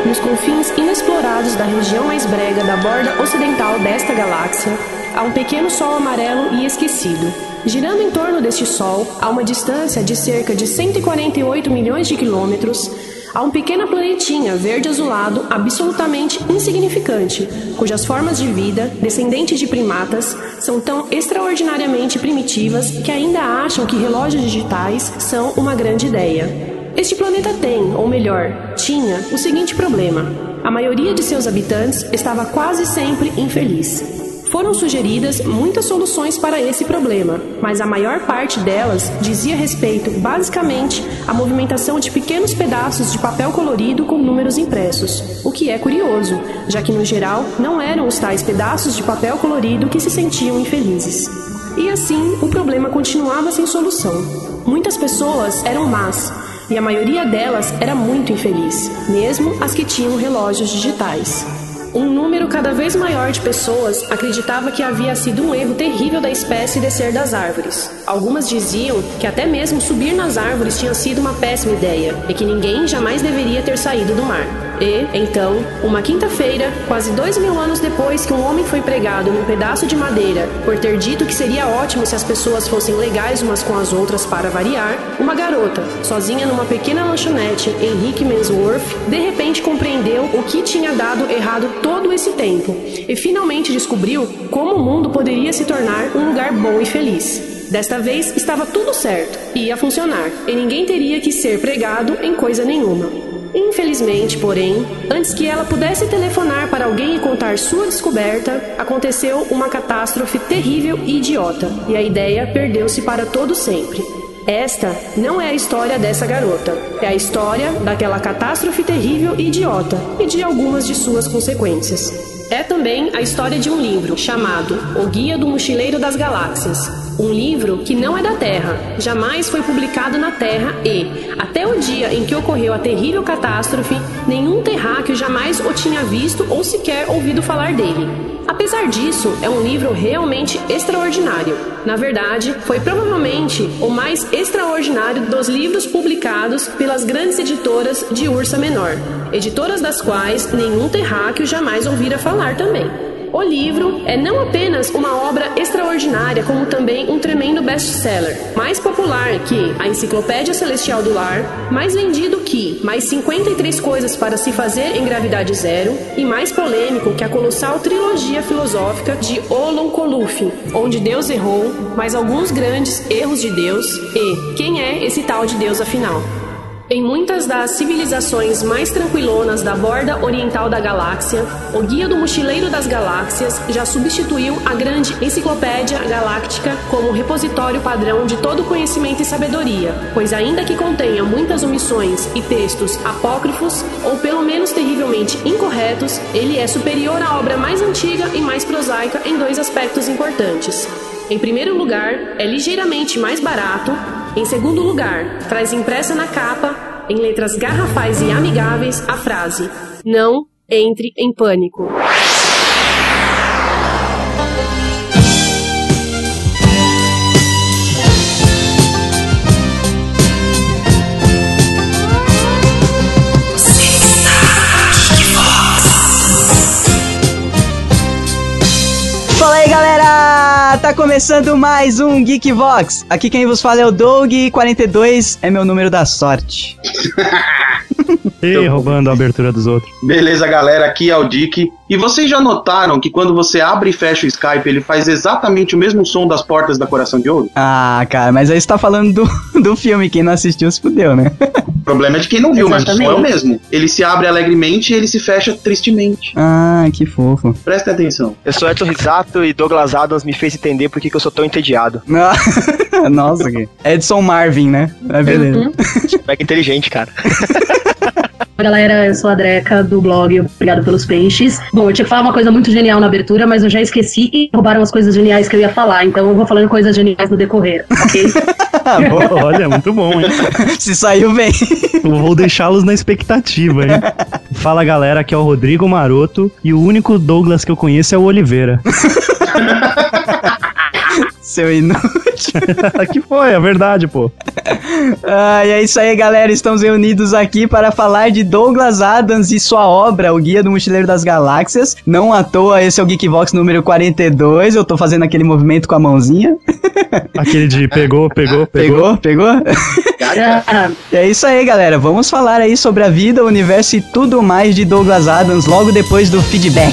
nos confins inexplorados da região mais brega da borda ocidental desta galáxia, há um pequeno sol amarelo e esquecido. Girando em torno deste sol, a uma distância de cerca de 148 milhões de quilômetros, há um pequeno planetinha verde-azulado absolutamente insignificante, cujas formas de vida, descendentes de primatas, são tão extraordinariamente primitivas que ainda acham que relógios digitais são uma grande ideia. Este planeta tem, ou melhor, tinha, o seguinte problema: a maioria de seus habitantes estava quase sempre infeliz. Foram sugeridas muitas soluções para esse problema, mas a maior parte delas dizia respeito, basicamente, à movimentação de pequenos pedaços de papel colorido com números impressos, o que é curioso, já que, no geral, não eram os tais pedaços de papel colorido que se sentiam infelizes. E assim, o problema continuava sem solução. Muitas pessoas eram más, e a maioria delas era muito infeliz, mesmo as que tinham relógios digitais. Um número cada vez maior de pessoas acreditava que havia sido um erro terrível da espécie descer das árvores. Algumas diziam que até mesmo subir nas árvores tinha sido uma péssima ideia e que ninguém jamais deveria ter saído do mar. E, então, uma quinta-feira, quase 2000 anos depois que um homem foi pregado num pedaço de madeira por ter dito que seria ótimo se as pessoas fossem legais umas com as outras para variar, uma garota, sozinha numa pequena lanchonete em Hickmansworth, de repente compreendeu o que tinha dado errado todo esse tempo e finalmente descobriu como o mundo poderia se tornar um lugar bom e feliz. Desta vez estava tudo certo, ia funcionar, e ninguém teria que ser pregado em coisa nenhuma. Infelizmente, porém, antes que ela pudesse telefonar para alguém e contar sua descoberta, aconteceu uma catástrofe terrível e idiota, e a ideia perdeu-se para todo sempre. Esta não é a história dessa garota, é a história daquela catástrofe terrível e idiota, e de algumas de suas consequências. É também a história de um livro chamado O Guia do Mochileiro das Galáxias. Um livro que não é da Terra, jamais foi publicado na Terra e, até o dia em que ocorreu a terrível catástrofe, nenhum terráqueo jamais o tinha visto ou sequer ouvido falar dele. Apesar disso, é um livro realmente extraordinário. Na verdade, foi provavelmente o mais extraordinário dos livros publicados pelas grandes editoras de Ursa Menor, editoras das quais nenhum terráqueo jamais ouvira falar também. O livro é não apenas uma obra extraordinária, como também um tremendo best-seller, mais popular que a Enciclopédia Celestial do Lar, mais vendido que mais 53 coisas para se fazer em gravidade zero e mais polêmico que a colossal trilogia filosófica de Oloncoluf, onde Deus errou, mais alguns grandes erros de Deus e quem é esse tal de Deus afinal. Em muitas das civilizações mais tranquilonas da borda oriental da galáxia, o Guia do Mochileiro das Galáxias já substituiu a grande Enciclopédia Galáctica como repositório padrão de todo conhecimento e sabedoria, pois ainda que contenha muitas omissões e textos apócrifos, ou pelo menos terrivelmente incorretos, ele é superior à obra mais antiga e mais prosaica em dois aspectos importantes. Em primeiro lugar, é ligeiramente mais barato. Em segundo lugar, traz impressa na capa, em letras garrafais e amigáveis, a frase: "Não entre em pânico". Fala aí, galera! Tá começando mais um Geekvox. Aqui quem vos fala é o Doug, 42 é meu número da sorte. E roubando a abertura dos outros. Beleza, galera, aqui é o Dick. E vocês já notaram que quando você abre e fecha o Skype, ele faz exatamente o mesmo som das portas da Coração de Ouro? Ah, cara, mas aí você tá falando do filme, quem não assistiu se fudeu, né? O problema é de quem não viu, exatamente. Mas o som é o mesmo. Ele se abre alegremente e ele se fecha tristemente. Ah, que fofo. Presta atenção. Eu sou Edson Risato e Douglas Adams me fez entender por que eu sou tão entediado. Nossa, Edson Marvin, né? É beleza. Mega inteligente, cara. Oi, galera, eu sou a Dreca do blog Obrigado pelos Peixes. Bom, eu tinha que falar uma coisa muito genial na abertura, mas eu já esqueci e roubaram as coisas geniais que eu ia falar, então eu vou falando coisas geniais no decorrer, ok? Olha, muito bom, hein? Se saiu bem. Eu vou deixá-los na expectativa, hein? Fala, galera, aqui é o Rodrigo Maroto e o único Douglas que eu conheço é o Oliveira. Seu inútil. Que foi, é verdade, pô. E é isso aí, galera. Estamos reunidos aqui para falar de Douglas Adams e sua obra, O Guia do Mochileiro das Galáxias. Não à toa, esse é o Geekvox número 42. Eu tô fazendo aquele movimento com a mãozinha. Aquele de pegou. Pegou? É isso aí, galera. Vamos falar aí sobre a vida, o universo e tudo mais de Douglas Adams logo depois do feedback.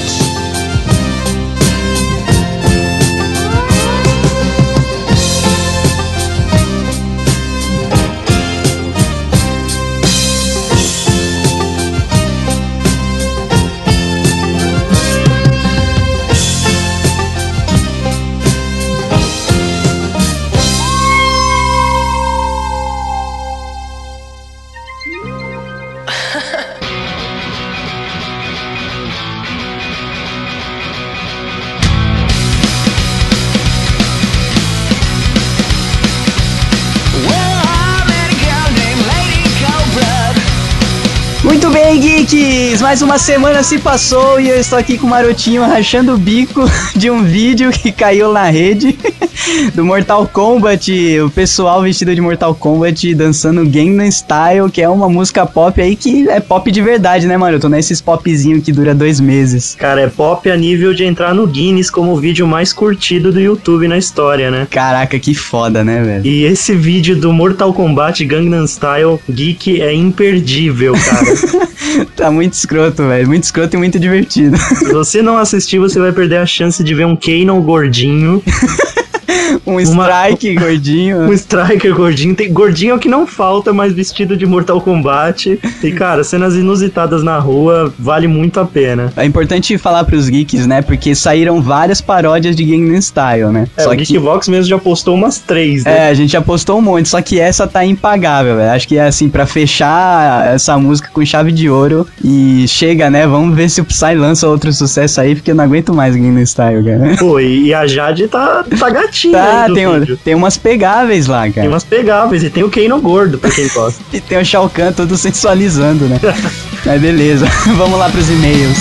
Muito bem, geeks! Mais uma semana se passou e eu estou aqui com o Marotinho rachando o bico de um vídeo que caiu na rede do Mortal Kombat. O pessoal vestido de Mortal Kombat dançando Gangnam Style, que é uma música pop aí que é pop de verdade, né, Maroto? Não é esses popzinhos que dura 2 meses. Cara, é pop a nível de entrar no Guinness como o vídeo mais curtido do YouTube na história, né? Caraca, que foda, né, velho? E esse vídeo do Mortal Kombat Gangnam Style Geek é imperdível, cara. Tá muito escroto, velho. Muito escroto e muito divertido. Se você não assistir, você vai perder a chance de ver um Kano gordinho. Um Strike gordinho. Um Striker gordinho. Gordinho é o que não falta, mas vestido de Mortal Kombat. E, cara, cenas inusitadas na rua, vale muito a pena. É importante falar pros geeks, né? Porque saíram várias paródias de Gangnam Style, né? Só o Geekvox mesmo já postou umas 3, né? A gente já postou um monte, só que essa tá impagável, velho. Acho que é assim, pra fechar essa música com chave de ouro. E chega, né? Vamos ver se o Psy lança outro sucesso aí, porque eu não aguento mais Gangnam Style, cara. Pô, e a Jade tá gatinha. Tá, tem umas pegáveis lá, cara. Tem umas pegáveis e tem o Kano gordo, pra quem gosta. E tem o Shao Kahn todo sensualizando, né? Mas beleza, vamos lá pros e-mails.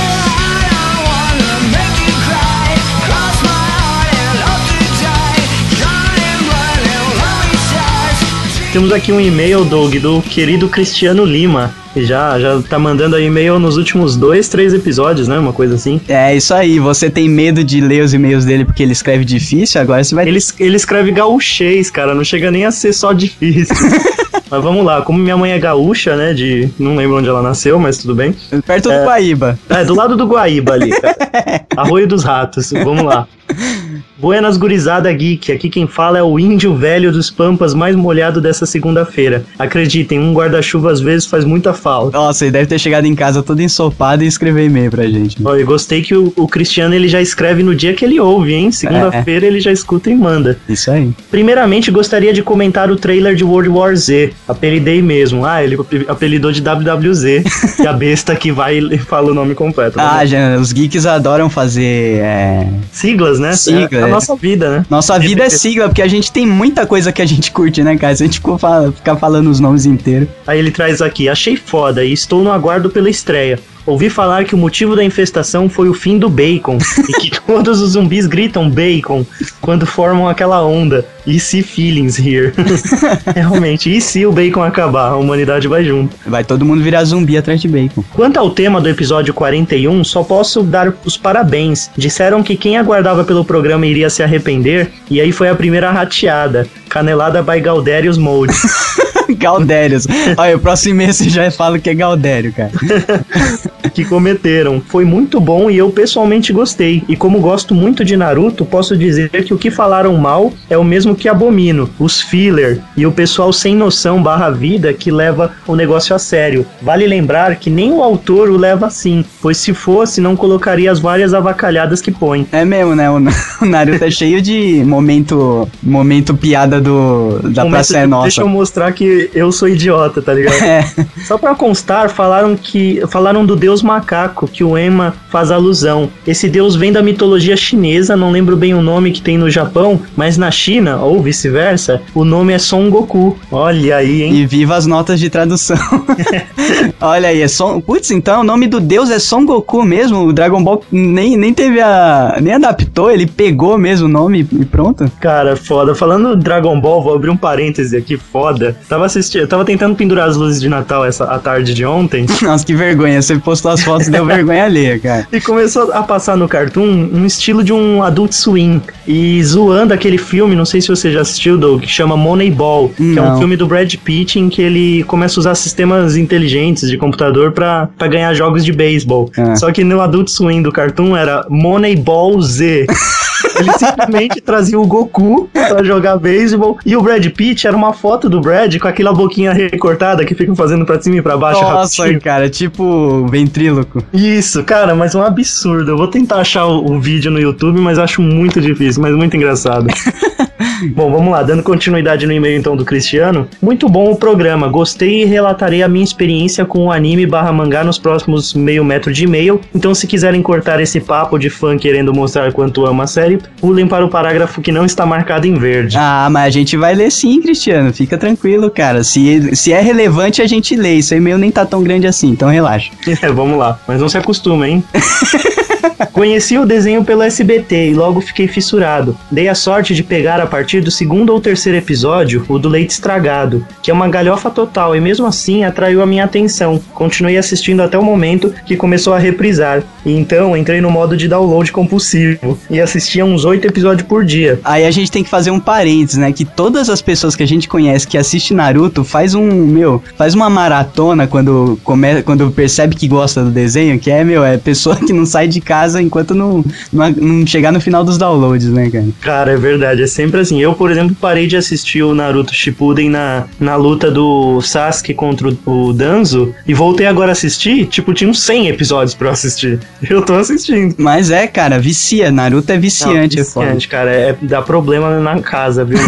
Temos aqui um e-mail, Doug, do querido Cristiano Lima. E já tá mandando aí e-mail nos últimos 2, 3 episódios, né? Uma coisa assim. É, isso aí. Você tem medo de ler os e-mails dele porque ele escreve difícil? Agora você vai... Ele escreve gaúchês, cara. Não chega nem a ser só difícil. Mas vamos lá. Como minha mãe é gaúcha, né? Não lembro onde ela nasceu, mas tudo bem. Perto do Guaíba. Do lado do Guaíba ali, cara. Arroio dos Ratos. Vamos lá. Buenas gurizada geek, aqui quem fala é o índio velho dos Pampas mais molhado dessa segunda-feira. Acreditem, um guarda-chuva às vezes faz muita falta. Nossa, ele deve ter chegado em casa todo ensopado e escrever e-mail pra gente. Ó, eu gostei que o Cristiano ele já escreve no dia que ele ouve, hein? Segunda-feira ele já escuta e manda. Isso aí. Primeiramente, gostaria de comentar o trailer de World War Z. Apelidei mesmo. Ele apelidou de WWZ. E a besta que vai e fala o nome completo. Já, os geeks adoram fazer... siglas, né? Sigla. A nossa vida, né? Nossa vida é sigla, porque a gente tem muita coisa que a gente curte, né, cara? Se a gente ficar falando os nomes inteiros. Aí ele traz aqui, achei foda e estou no aguardo pela estreia. Ouvi falar que o motivo da infestação foi o fim do bacon e que todos os zumbis gritam bacon quando formam aquela onda. E se feelings here? Realmente, e se o bacon acabar? A humanidade vai junto. Vai todo mundo virar zumbi atrás de bacon. Quanto ao tema do episódio 41, só posso dar os parabéns. Disseram que quem aguardava pelo programa iria se arrepender, e aí foi a primeira rateada. Canelada by Galdérios Mode. Galdérios. Olha, o próximo mês você já fala que é Galdério, cara. Que cometeram. Foi muito bom e eu pessoalmente gostei. E como gosto muito de Naruto, posso dizer que o que falaram mal é o mesmo que abomino. Os filler e o pessoal sem noção /vida que leva o negócio a sério. Vale lembrar que nem o autor o leva assim, pois se fosse não colocaria as várias avacalhadas que põe. É mesmo, né? O Naruto é cheio de momento piada da Praça é Nossa. Deixa eu mostrar que eu sou idiota, tá ligado? Só pra constar, falaram do deus macaco que o Emma faz alusão. Esse deus vem da mitologia chinesa, não lembro bem o nome que tem no Japão, mas na China, ou vice-versa, o nome é Son Goku. Olha aí, hein? E viva as notas de tradução. Olha aí, Putz, então o nome do deus é Son Goku mesmo? O Dragon Ball nem teve nem adaptou, ele pegou mesmo o nome e pronto? Cara, foda. Falando Dragon Ball, vou abrir um parêntese aqui, foda. Eu tava tentando pendurar as luzes de Natal a tarde de ontem. Nossa, que vergonha, você postou as fotos e deu vergonha alheia, cara. E começou a passar no Cartoon um estilo de um Adult Swim. E zoando aquele filme, não sei se você já assistiu, Doug, que chama Moneyball, que é um filme do Brad Pitt em que ele começa a usar sistemas inteligentes de computador pra ganhar jogos de beisebol. Só que no Adult Swim do Cartoon era Moneyball Z. Ele simplesmente trazia o Goku pra jogar beisebol. E o Brad Pitt era uma foto do Brad com aquela boquinha recortada que fica fazendo pra cima e pra baixo. Nossa, rapidinho. Cara, tipo ventríloco. Isso, cara, mas um absurdo. Eu vou tentar achar o vídeo no YouTube, mas acho muito difícil, mas muito engraçado. Bom, vamos lá, dando continuidade no e-mail então do Cristiano. Muito bom o programa, gostei e relatarei a minha experiência com o anime / mangá nos próximos meio metro de e-mail. Então se quiserem cortar esse papo de fã querendo mostrar quanto ama a série, pulem para o parágrafo que não está marcado em verde. Ah, mas a gente vai ler sim, Cristiano, fica tranquilo, cara. Se é relevante a gente lê, isso e-mail nem tá tão grande assim, então relaxa. Vamos lá, mas não se acostuma, hein? Conheci o desenho pelo SBT e logo fiquei fissurado. Dei a sorte de pegar a partir do 2º ou 3º episódio o do Leite Estragado, que é uma galhofa total e mesmo assim atraiu a minha atenção. Continuei assistindo até o momento que começou a reprisar. E então entrei no modo de download compulsivo e assistia uns 8 episódios por dia. Aí a gente tem que fazer um parênteses, né? Que todas as pessoas que a gente conhece que assiste Naruto faz uma maratona quando percebe que gosta do desenho, que é pessoa que não sai de casa enquanto não chegar no final dos downloads, né, cara? Cara, é verdade, é sempre assim. Eu, por exemplo, parei de assistir o Naruto Shippuden na luta do Sasuke contra o Danzo e voltei agora a assistir, tipo, tinha uns 100 episódios pra eu assistir. Eu tô assistindo. Mas cara, vicia, Naruto é viciante. Não, viciante, cara, dá problema na casa, viu?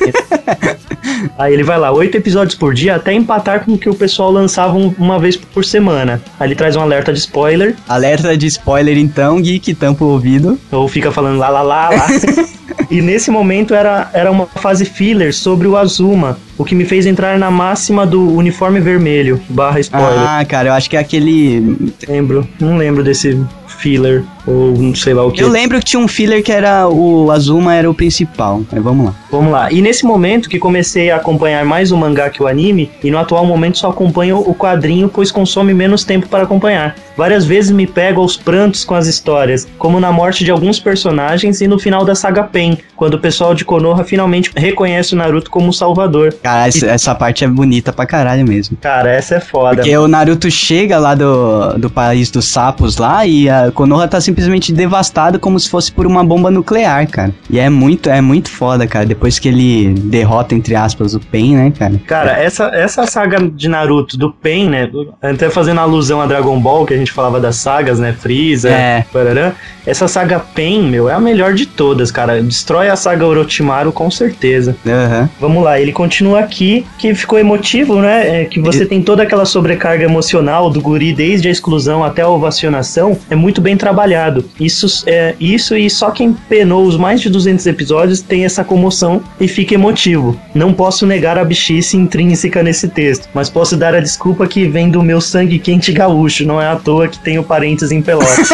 Aí ele vai lá, 8 episódios por dia, até empatar com o que o pessoal lançava uma vez por semana. Aí ele traz um alerta de spoiler. Alerta de spoiler então, Gui, que tampa o ouvido. Ou fica falando lá. E nesse momento era uma fase filler sobre o Azuma, o que me fez entrar na máxima do uniforme vermelho, / spoiler. Ah, cara, eu acho que é aquele... Não lembro desse filler, ou não sei lá o que. Eu lembro que tinha um filler que era o Azuma era o principal, mas vamos lá. E nesse momento que comecei a acompanhar mais o mangá que o anime, e no atual momento só acompanho o quadrinho, pois consome menos tempo para acompanhar. Várias vezes me pego aos prantos com as histórias, como na morte de alguns personagens e no final da saga Pain, quando o pessoal de Konoha finalmente reconhece o Naruto como salvador. Cara, essa parte é bonita pra caralho mesmo. Cara, essa é foda. Porque o Naruto chega lá do país dos sapos lá e a Konoha tá simplesmente devastada como se fosse por uma bomba nuclear, cara. E é muito foda, cara, depois que ele derrota, entre aspas, o Pain, né, cara? Cara, essa saga de Naruto do Pain, né, até fazendo alusão a Dragon Ball, que a gente falava das sagas, né, Freeza, parará, essa saga Pain, é a melhor de todas, cara. Destrói a saga Orochimaru com certeza. Vamos lá, ele continua aqui, que ficou emotivo, né, que você tem toda aquela sobrecarga emocional do guri desde a exclusão até a ovacionação, é muito bem trabalhado. Isso e só quem penou os mais de 200 episódios tem essa comoção e fica emotivo. Não posso negar a bichice intrínseca nesse texto, mas posso dar a desculpa que vem do meu sangue quente gaúcho, não é à toa que tenho parentes em Pelotas.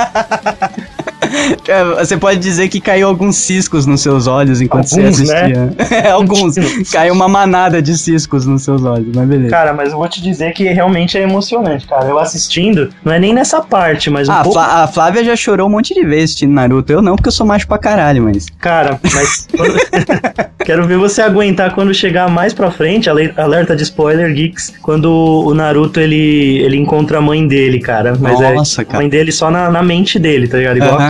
Você pode dizer que caiu alguns ciscos nos seus olhos enquanto você assistia. Né? Alguns. Caiu uma manada de ciscos nos seus olhos, mas beleza. Cara, mas eu vou te dizer que realmente é emocionante, cara. Eu assistindo, não é nem nessa parte, mas um pouco... A Flávia já chorou um monte de vezes assistindo Naruto. Eu não, porque eu sou macho pra caralho, mas... Cara, mas... Quero ver você aguentar quando chegar mais pra frente, alerta de spoiler, geeks, quando o Naruto, ele encontra a mãe dele, cara. Mas Nossa, cara. A mãe dele só na mente dele, tá ligado? É igual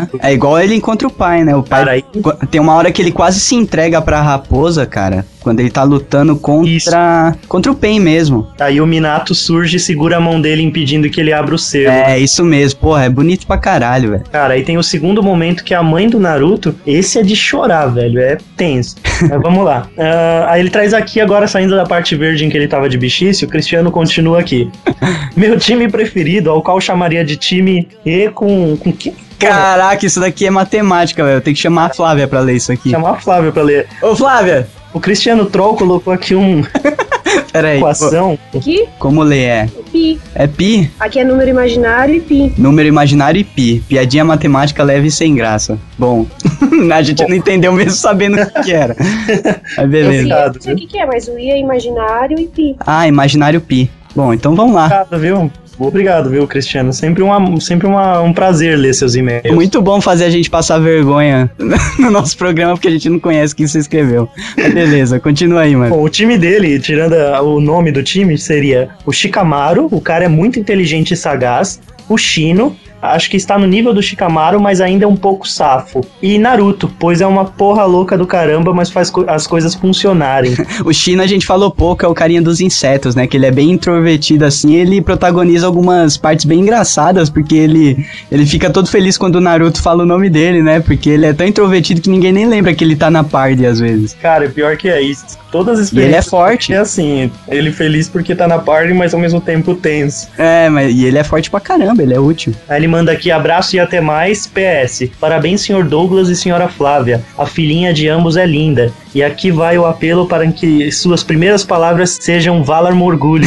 igual ele encontra o pai, né? O pai Cara, aí- tem uma hora que ele quase se entrega pra raposa, cara. Quando ele tá lutando contra o Pain mesmo. Aí o Minato surge e segura a mão dele impedindo que ele abra o selo. É, isso mesmo. Porra, é bonito pra caralho, velho. Cara, aí tem o segundo momento que é a mãe do Naruto. Esse é de chorar, velho. É tenso. Mas vamos lá. Aí ele traz aqui, agora saindo da parte verde em que ele tava de bichice, o Cristiano continua aqui. Meu time preferido, ao qual chamaria de time E com que? Caraca, isso daqui é matemática, velho. Eu tenho que chamar a Flávia pra ler isso aqui. Chamar a Flávia pra ler. Ô, Flávia! O Cristiano Troll colocou aqui uma Pera aí. equação. Aqui, Como ler é? pi. É pi? Aqui é número imaginário e pi. Número imaginário e pi. Piadinha matemática leve e sem graça. Bom, a gente não entendeu mesmo sabendo o que era. Mas beleza. Obrigado, Não sei o que é, mas o i é imaginário e pi. Ah, imaginário pi. Bom, então vamos lá. Obrigado, viu? Obrigado, viu, Cristiano? Sempre um prazer ler seus e-mails. Muito bom fazer a gente passar vergonha no nosso programa, porque a gente não conhece quem você escreveu. Mas beleza, continua aí, mano. Bom, o time dele, tirando o nome do time, seria o Shikamaru, o cara é muito inteligente e sagaz, o Shino, acho que está no nível do Shikamaru, mas ainda é um pouco safo, e Naruto, pois é uma porra louca do caramba, mas faz as coisas funcionarem. O Shino a gente falou pouco, é o carinha dos insetos, né? Que ele é bem introvertido assim, ele protagoniza algumas partes bem engraçadas, porque ele fica todo feliz quando o Naruto fala o nome dele, né? Porque ele é tão introvertido que ninguém nem lembra que ele tá na party às vezes. Cara, pior que é isso. Todas as E ele é experiências forte. é assim, ele feliz porque tá na party, mas ao mesmo tempo tenso. É, mas e ele é forte pra caramba, ele é útil. Aí ele manda aqui, abraço e até mais, PS. Parabéns, senhor Douglas e senhora Flávia. A filhinha de ambos é linda. E aqui vai o apelo para que suas primeiras palavras sejam Valar Morgulho.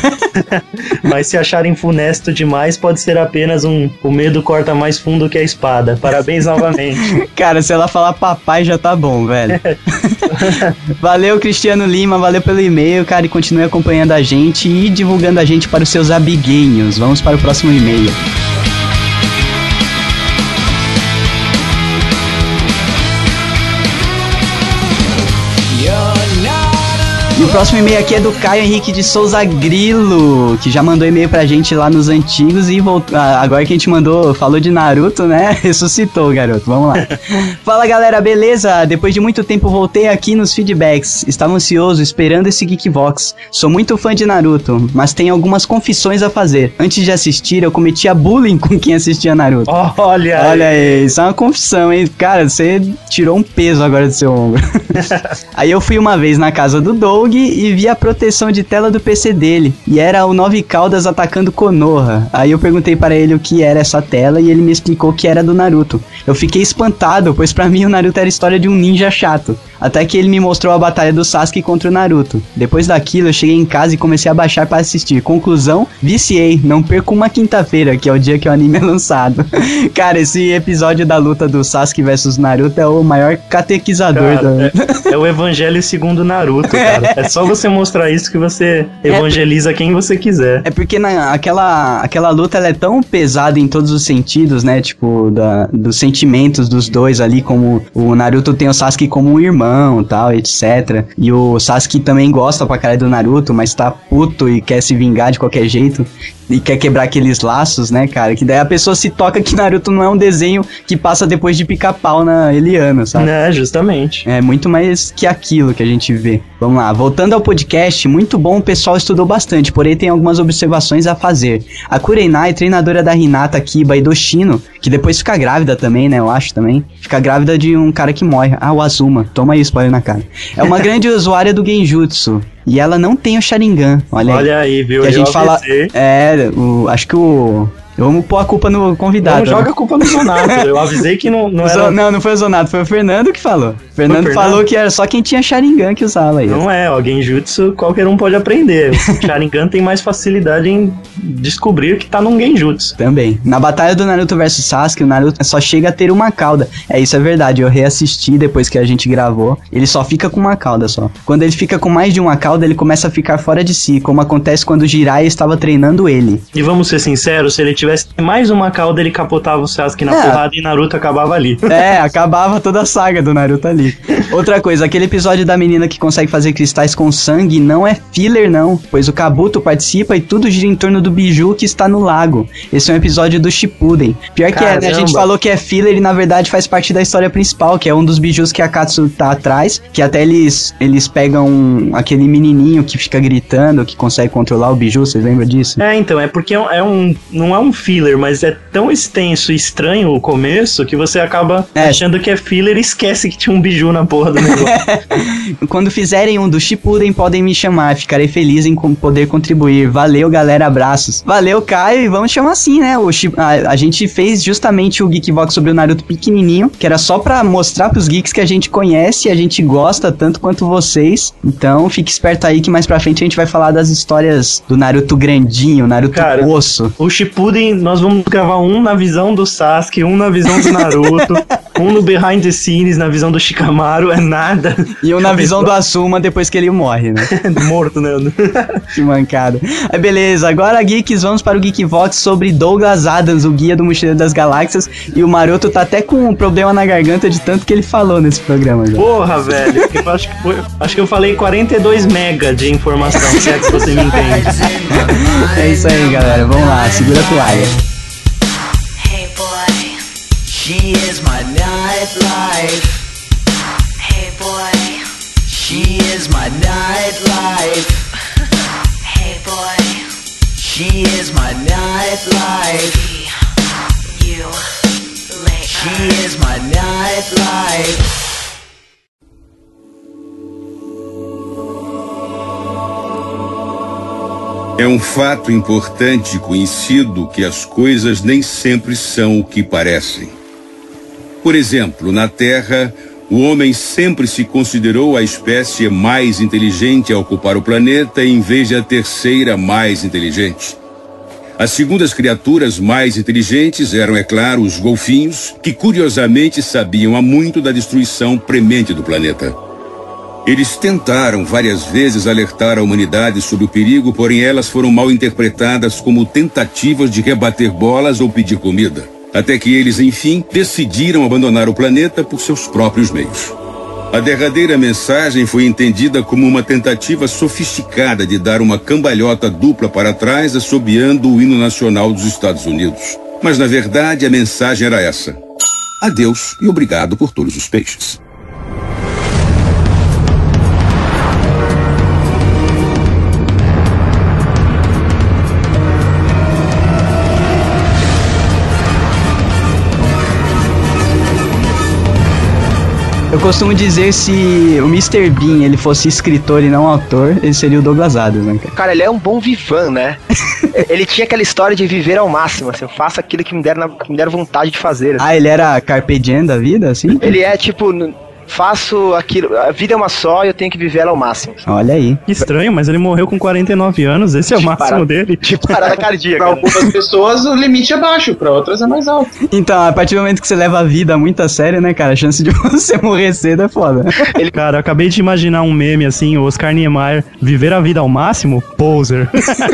Mas se acharem funesto demais, pode ser apenas o medo corta mais fundo que a espada. Parabéns novamente. Cara, se ela falar papai já tá bom, velho. Valeu, Cristiano Lima, valeu pelo e-mail, cara, e continue acompanhando a gente e divulgando a gente para os seus amiguinhos. Vamos para o próximo e-mail. E o próximo e-mail aqui é do Caio Henrique de Souza Grilo, que já mandou e-mail pra gente lá nos antigos e voltou. Agora que a gente falou de Naruto, né? Ressuscitou, garoto. Vamos lá. Fala, galera, beleza? Depois de muito tempo voltei aqui nos feedbacks. Estava ansioso esperando esse Geekvox. Sou muito fã de Naruto, mas tenho algumas confissões a fazer. Antes de assistir, eu cometia bullying com quem assistia Naruto. Olha aí, isso é uma confissão, hein? Cara, você tirou um peso agora do seu ombro. Aí eu fui uma vez na casa do Doug e vi a proteção de tela do PC dele. E era o Nove Caudas atacando Konoha. Aí eu perguntei para ele o que era essa tela e ele me explicou que era do Naruto. Eu fiquei espantado, pois pra mim o Naruto era a história de um ninja chato. Até que ele me mostrou a batalha do Sasuke contra o Naruto. Depois daquilo eu cheguei em casa e comecei a baixar para assistir. Conclusão, viciei. Não perco uma quinta-feira, que é o dia que o anime é lançado. Cara, esse episódio da luta do Sasuke versus Naruto é o maior catequizador. Cara, é o evangelho segundo Naruto, cara. É só você mostrar isso que você evangeliza quem você quiser. É porque aquela luta ela é tão pesada em todos os sentidos, né? Tipo, dos sentimentos dos dois ali, como o Naruto tem o Sasuke como um irmão, tal, etc. E o Sasuke também gosta pra caralho do Naruto, mas tá puto e quer se vingar de qualquer jeito. E quer quebrar aqueles laços, né, cara? Que daí a pessoa se toca que Naruto não é um desenho que passa depois de picar pau na Eliana, sabe? É, justamente. É muito mais que aquilo que a gente vê. Vamos lá, voltando ao podcast, muito bom, o pessoal estudou bastante, porém tem algumas observações a fazer. A Kurenai, treinadora da Hinata, Kiba e do Shino, que depois fica grávida também, né, eu acho também, fica grávida de um cara que morre. Ah, o Azuma, toma aí spoiler na cara. É uma grande usuária do Genjutsu. E ela não tem o Sharingan, olha aí, viu? Que a gente fala, acho que vamos pôr a culpa no convidado. Não joga a culpa no Zonato. Eu avisei que não era... Não foi o Zonato, foi o Fernando que falou. O Fernando falou que era só quem tinha Sharingan que usava isso. Não é, o Genjutsu qualquer um pode aprender. O Sharingan tem mais facilidade em descobrir que tá num Genjutsu. Também. Na batalha do Naruto versus Sasuke, o Naruto só chega a ter uma cauda. Isso é verdade, eu reassisti depois que a gente gravou. Ele só fica com uma cauda só. Quando ele fica com mais de uma cauda, ele começa a ficar fora de si, como acontece quando o Jiraiya estava treinando ele. E vamos ser sinceros, se ele tivesse mais uma cauda, ele capotava o Sasuke na porrada e Naruto acabava ali. Acabava toda a saga do Naruto ali. Outra coisa, aquele episódio da menina que consegue fazer cristais com sangue não é filler não, pois o Kabuto participa e tudo gira em torno do biju que está no lago. Esse é um episódio do Shippuden. Pior que é, né? A gente falou que é filler e na verdade faz parte da história principal, que é um dos bijus que a Katsu tá atrás, que até eles pegam aquele menininho que fica gritando, que consegue controlar o biju, vocês lembram disso? Então, é porque não é um filler, mas é tão extenso e estranho o começo que você acaba achando que é filler e esquece que tinha um biju na porra do negócio. Quando fizerem um do Shippuden, podem me chamar, ficarei feliz em poder contribuir. Valeu, galera, abraços. Valeu, Caio, e vamos chamar assim, né? A gente fez justamente o Geekvox sobre o Naruto pequenininho, que era só pra mostrar pros geeks que a gente conhece e a gente gosta tanto quanto vocês. Então, fique esperto aí que mais pra frente a gente vai falar das histórias do Naruto grandinho, Naruto osso. O Shippuden, nós vamos gravar um na visão do Sasuke, um na visão do Naruto, um no Behind the Scenes, na visão do Shikamaru, é nada. E um na visão do Asuma depois que ele morre, né? Morto, né? Que mancada. Aí beleza, agora geeks, vamos para o Geekvox sobre Douglas Adams, o guia do Mochileiro das Galáxias, e o Maroto tá até com um problema na garganta de tanto que ele falou nesse programa. Já. Porra, velho, acho que eu falei 42 mega de informação, se é que você me entende. É isso aí, galera, vamos lá, segura a toalha. Hey boy, she is my nightlife. Hey boy, she is my nightlife. Hey boy, she is my nightlife. You later. She is my nightlife. É um fato importante e conhecido que as coisas nem sempre são o que parecem. Por exemplo, na Terra, o homem sempre se considerou a espécie mais inteligente a ocupar o planeta em vez de a terceira mais inteligente. As segundas criaturas mais inteligentes eram, é claro, os golfinhos, que curiosamente sabiam há muito da destruição premente do planeta. Eles tentaram várias vezes alertar a humanidade sobre o perigo, porém elas foram mal interpretadas como tentativas de rebater bolas ou pedir comida. Até que eles, enfim, decidiram abandonar o planeta por seus próprios meios. A derradeira mensagem foi entendida como uma tentativa sofisticada de dar uma cambalhota dupla para trás, assobiando o hino nacional dos Estados Unidos. Mas, na verdade, a mensagem era essa: adeus e obrigado por todos os peixes. Eu costumo dizer, se o Mr. Bean ele fosse escritor e não autor, ele seria o Douglas Adams, né, cara? Cara, ele é um bom vivan, né? Ele tinha aquela história de viver ao máximo, assim, eu faço aquilo que me der vontade de fazer. Assim. Ah, ele era Carpe Diem da vida, assim? Ele é tipo... Faço aquilo, a vida é uma só e eu tenho que viver ela ao máximo. Olha aí. Que estranho, mas ele morreu com 49 anos, esse é o máximo dele. De parada cardíaca. Pra algumas pessoas o limite é baixo, pra outras é mais alto. Então, a partir do momento que você leva a vida muito a sério, né, cara, a chance de você morrer cedo é foda. Cara, eu acabei de imaginar um meme assim, o Oscar Niemeyer, viver a vida ao máximo, poser.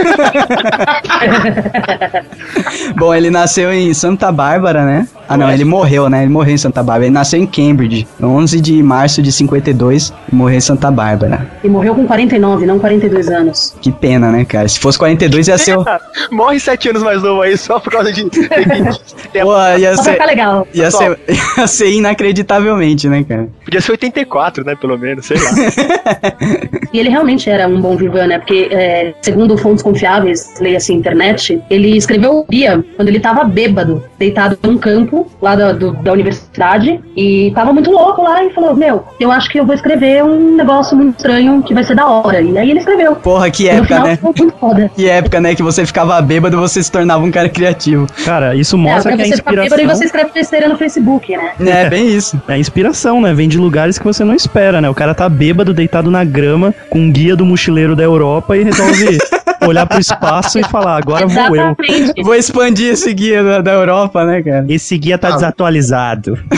Bom, ele nasceu em Santa Bárbara, né? Ah, não, ele morreu, né? Ele morreu em Santa Bárbara. Ele nasceu em Cambridge, 11 de março de 52, e morreu em Santa Bárbara. E morreu com 49, não 42 anos. Que pena, né, cara? Se fosse 42, ia ser o... Morre 7 anos mais novo aí, só por causa de... Pô, ia só ser... pra ficar legal. Ia ser inacreditavelmente, né, cara? Podia ser 84, né, pelo menos, sei lá. E ele realmente era um bom vivan, né? Porque, segundo fontes confiáveis, leia-se internet, ele escreveu o guia quando ele tava bêbado, deitado num campo lá da universidade, e tava muito louco lá e falou, eu acho que eu vou escrever um negócio muito estranho que vai ser da hora. E aí ele escreveu. Porra, que época, final, né? Muito foda. Que época, né? Que você ficava bêbado e você se tornava um cara criativo. Cara, isso mostra que a inspiração... Você fica bêbado e você escreve besteira no Facebook, né? É, bem isso. É inspiração, né? Vem de lugares que você não espera, né? O cara tá bêbado, deitado na grama, com um guia do mochileiro da Europa e resolve olhar pro espaço e falar, agora vou eu. Vou expandir esse guia da Europa, né, cara? Esse guia tá desatualizado.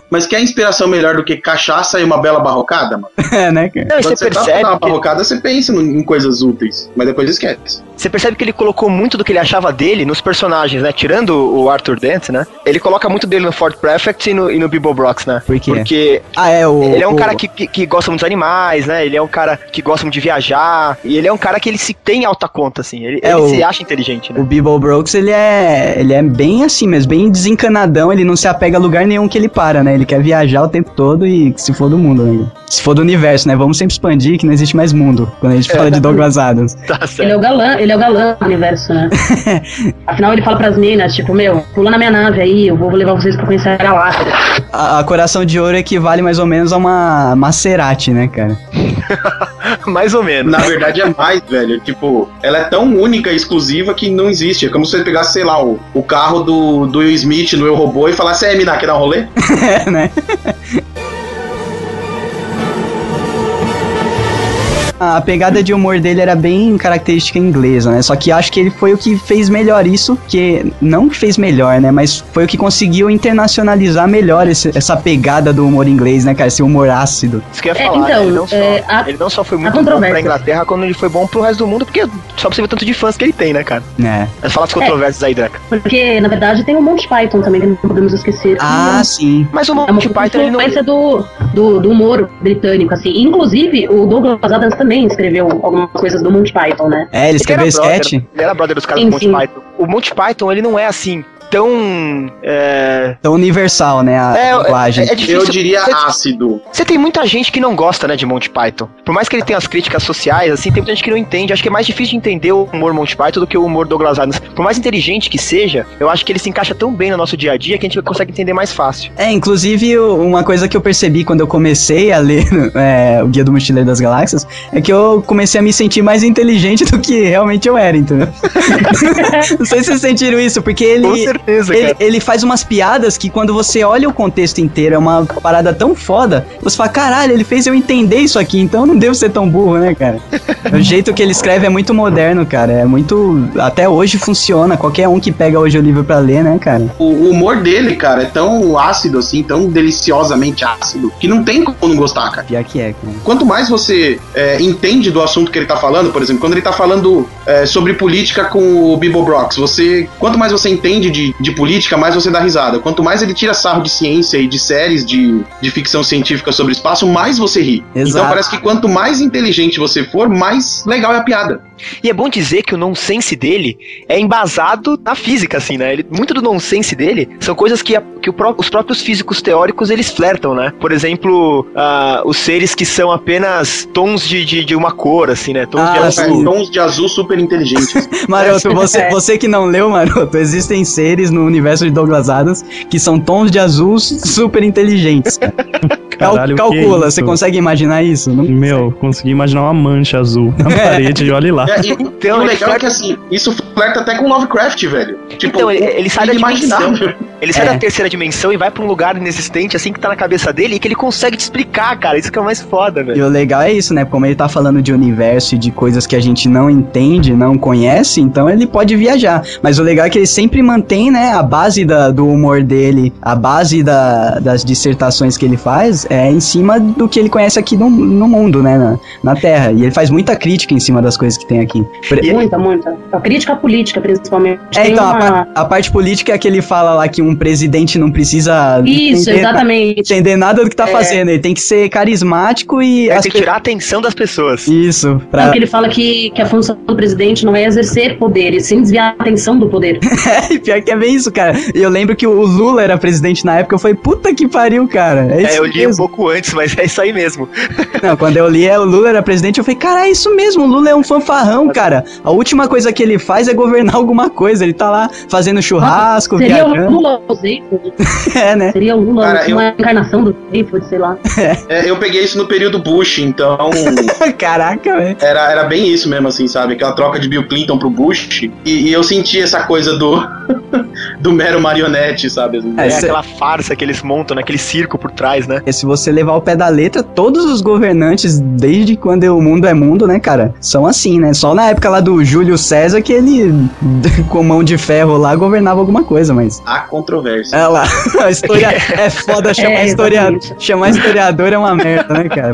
Mas quer inspiração melhor do que cachaça e uma bela barrocada, mano? É, né, cara? Não, e Quando você você tá percebe fazendo uma que... barrocada, você pensa em coisas úteis, mas depois esquece. Você percebe que ele colocou muito do que ele achava dele nos personagens, né? Tirando o Arthur Dent, né? Ele coloca muito dele no Ford Prefect e no Bebo Brox, né? Por quê? Porque ele é um cara que gosta muito dos animais, né? Ele é um cara que gosta muito de viajar. E ele é um cara que ele se tem alta conta, assim. Ele se acha inteligente, né? O Bebo Brooks, ele é bem assim mesmo, bem desencanadão. Ele não se apega a lugar nenhum que ele para, né? Ele quer viajar o tempo todo e se for do mundo, né? Se for do universo, né? Vamos sempre expandir que não existe mais mundo. Quando a gente fala de Douglas Adams. Tá certo. Ele é o galã do universo, né? Afinal, ele fala pras minas, tipo, pula na minha nave aí, eu vou levar vocês pra conhecer a galáxia. A Coração de Ouro equivale mais ou menos a uma Maserati, né, cara? Mais ou menos. Na verdade é mais, velho. Tipo, ela é tão única e exclusiva que não existe. É como se você pegasse, sei lá, o carro do Will Smith no Eu Robô e falasse, Mina, quer dar um rolê? É, né? A pegada de humor dele era bem característica inglesa, né? Só que acho que ele foi o que fez melhor isso, que não fez melhor, né? Mas foi o que conseguiu internacionalizar melhor essa pegada do humor inglês, né, cara? Esse humor ácido. Isso que eu ia falar, então, ele não só foi muito bom pra Inglaterra, quando ele foi bom pro resto do mundo, porque só pra você ver tanto de fãs que ele tem, né, cara? É. Mas fala as controvérsias aí, Draca. Porque, na verdade, tem o Monty Python também, que não podemos esquecer. Ah, sim. Mas o Monty Python, ele não... influência do humor britânico, assim. Inclusive, o Douglas Adams também escreveu algumas coisas do Monty Python, né? É, ele escreveu sketch. Ele era brother dos caras do Monty Python. O Monty Python, ele não é assim... tão universal, né, a linguagem. É difícil, eu diria ácido. Você tem muita gente que não gosta, né, de Monty Python. Por mais que ele tenha as críticas sociais, assim, tem muita gente que não entende. Acho que é mais difícil de entender o humor Monty Python do que o humor Douglas Adams. Por mais inteligente que seja, eu acho que ele se encaixa tão bem no nosso dia a dia que a gente consegue entender mais fácil. Inclusive, uma coisa que eu percebi quando eu comecei a ler o Guia do Mochileiro das Galáxias é que eu comecei a me sentir mais inteligente do que realmente eu era, entendeu? Não sei se vocês sentiram isso, porque ele... Com certeza, ele faz umas piadas que quando você olha o contexto inteiro, é uma parada tão foda, você fala, caralho, ele fez eu entender isso aqui, então eu não devo ser tão burro, né, cara? O jeito que ele escreve é muito moderno, cara, é muito... Até hoje funciona, qualquer um que pega hoje o livro pra ler, né, cara? O humor dele, cara, é tão ácido, assim, tão deliciosamente ácido, que não tem como não gostar, cara. Pior que é, cara. Quanto mais você entende do assunto que ele tá falando, por exemplo, quando ele tá falando sobre política com o Bebo Brox, quanto mais você entende de política, mais você dá risada. Quanto mais ele tira sarro de ciência e de séries de ficção científica sobre espaço, mais você ri. Exato. Então parece que quanto mais inteligente você for, mais legal é a piada. E é bom dizer que o nonsense dele é embasado na física, assim, né? Muito do nonsense dele são coisas que os próprios físicos teóricos, eles flertam, né? Por exemplo, os seres que são apenas tons de uma cor, assim, né? Tons de azul. Tons de azul super inteligentes. Maroto, você que não leu, Maroto, existem seres no universo de Douglas Adams que são tons de azul super inteligentes, cara. Caralho, calcula, que você consegue imaginar isso? Não consegui imaginar uma mancha azul na parede e olhe lá. E o legal é que, assim, isso flerta até com Lovecraft, velho. Tipo, então, ele sai da dimensão. Ele sai É. da terceira dimensão e vai pra um lugar inexistente, assim, que tá na cabeça dele e que ele consegue te explicar, cara. Isso que é o mais foda, E velho. o legal é isso, né? Como ele tá falando de universo e de coisas que a gente não entende, não conhece, então ele pode viajar. Mas o legal é que ele sempre mantém, né, a base do humor dele, a base das dissertações que ele faz é em cima do que ele conhece aqui no mundo, né? Na Terra. E ele faz muita crítica em cima das coisas que tem aqui. Muita. A crítica política, principalmente. Então, a parte política é que ele fala lá que um presidente não precisa Isso, exatamente. entender nada do que tá fazendo. Ele tem que ser carismático e... Tem que tirar a atenção das pessoas. Isso. Porque ele fala que a função do presidente não é exercer poder, e sim desviar a atenção do poder. Pior que é bem isso, cara. Eu lembro que o Lula era presidente na época, eu falei, puta que pariu, cara. É isso Eu li mesmo. um pouco antes, mas é isso aí mesmo. Não, quando eu li o Lula era presidente, eu falei, cara, é isso mesmo, o Lula é um fanfarrão, cara. A última coisa que ele faz é governar alguma coisa. Ele tá lá fazendo churrasco, Seria viajando. o Lula ausente. É, né? Seria o Lula Cara, uma encarnação do tempo, sei lá. Eu peguei isso no período Bush, então Caraca, velho. era bem isso mesmo, assim, sabe? Aquela troca de Bill Clinton pro Bush. E eu senti essa coisa do mero marionete, sabe? É aquela farsa que eles montam naquele circo por trás, né? Se você levar ao pé da letra, todos os governantes, desde quando o mundo é mundo, né, cara, são assim, né? Só na época lá do Júlio César que ele, com mão de ferro lá, governava alguma coisa, mas... Há controvérsia. É lá, a história é foda, chamar historiador é uma merda, né, cara?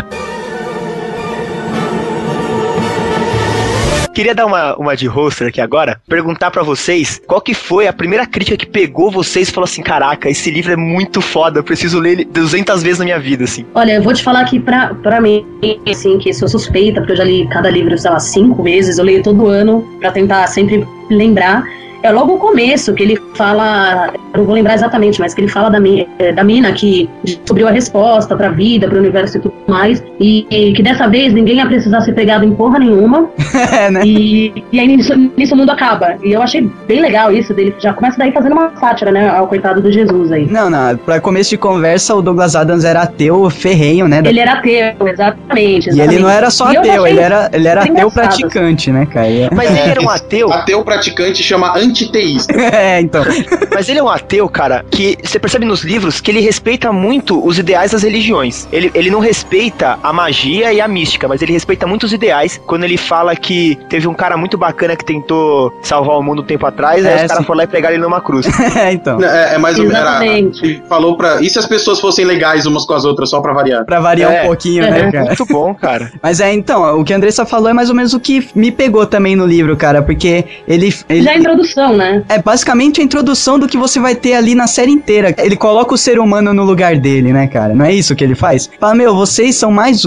Queria dar uma de roster aqui agora, perguntar pra vocês qual que foi a primeira crítica que pegou vocês e falou assim, caraca, esse livro é muito foda, eu preciso ler ele 200 vezes na minha vida, assim. Olha, eu vou te falar que pra mim, assim, que sou suspeita, porque eu já li cada livro, sei lá, 5 vezes, eu leio todo ano pra tentar sempre lembrar. É logo o começo que ele fala, eu não vou lembrar exatamente, mas que ele fala da mina que descobriu a resposta pra vida, pro universo e tudo mais, e que dessa vez ninguém ia precisar ser pegado em porra nenhuma, né? E aí nisso o mundo acaba. E eu achei bem legal isso dele, já começa daí fazendo uma sátira, né, ao coitado do Jesus aí. Não, pra começo de conversa, o Douglas Adams era ateu ferrenho, né? Ele era ateu, exatamente. E ele não era só ateu, ele era ateu praticante, né, cara? Mas ele era um ateu... Ateu praticante chama antiteísta. Então. Mas ele é um ateu, cara, que você percebe nos livros que ele respeita muito os ideais das religiões. Ele não respeita a magia e a mística, mas ele respeita muito os ideais. Quando ele fala que teve um cara muito bacana que tentou salvar o mundo um tempo atrás, aí os caras foram lá e pegaram ele numa cruz. Então. É mais ou menos. Ele falou pra... E se as pessoas fossem legais umas com as outras, só pra variar? Pra variar um pouquinho, né, cara? Muito bom, cara. Mas então, o que a Andressa falou é mais ou menos o que me pegou também no livro, cara, porque ele... Já a introdução, né? É basicamente a introdução do que você vai ter ali na série inteira. Ele coloca o ser humano no lugar dele, né, cara? Não é isso que ele faz? Fala, meu, vocês são mais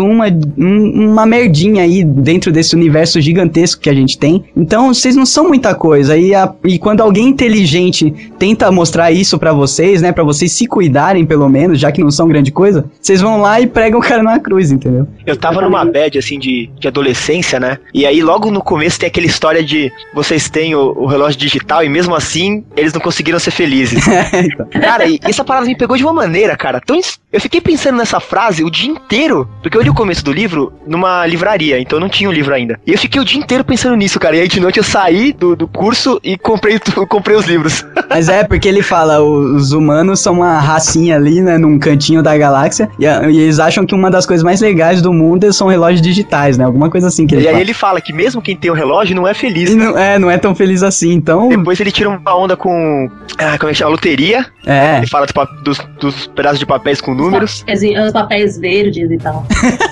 uma merdinha aí dentro desse universo gigantesco que a gente tem. Então, vocês não são muita coisa. E quando alguém inteligente tenta mostrar isso pra vocês, né, pra vocês se cuidarem pelo menos, já que não são grande coisa, vocês vão lá e pregam o cara numa cruz, entendeu? Eu tava numa bad, assim, de adolescência, né? E aí, logo no começo, tem aquela história de vocês têm o relógio digital e mesmo assim, eles não conseguiram ser felizes. Então. Cara, e essa palavra me pegou de uma maneira, cara. Então, eu fiquei pensando nessa frase o dia inteiro, porque eu li o começo do livro numa livraria, então eu não tinha o livro ainda. E eu fiquei o dia inteiro pensando nisso, cara. E aí de noite eu saí do curso e comprei os livros. Mas porque ele fala, os humanos são uma racinha ali, né, num cantinho da galáxia, e eles acham que uma das coisas mais legais do mundo são relógios digitais, né? Alguma coisa assim que ele fala. E aí ele fala que mesmo quem tem um relógio não é feliz. Não é tão feliz assim, então... Depois ele tira uma onda com... como é que chama? Loteria. Ele fala dos pedaços de papéis com números. Os papéis verdes e tal.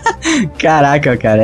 Caraca, cara,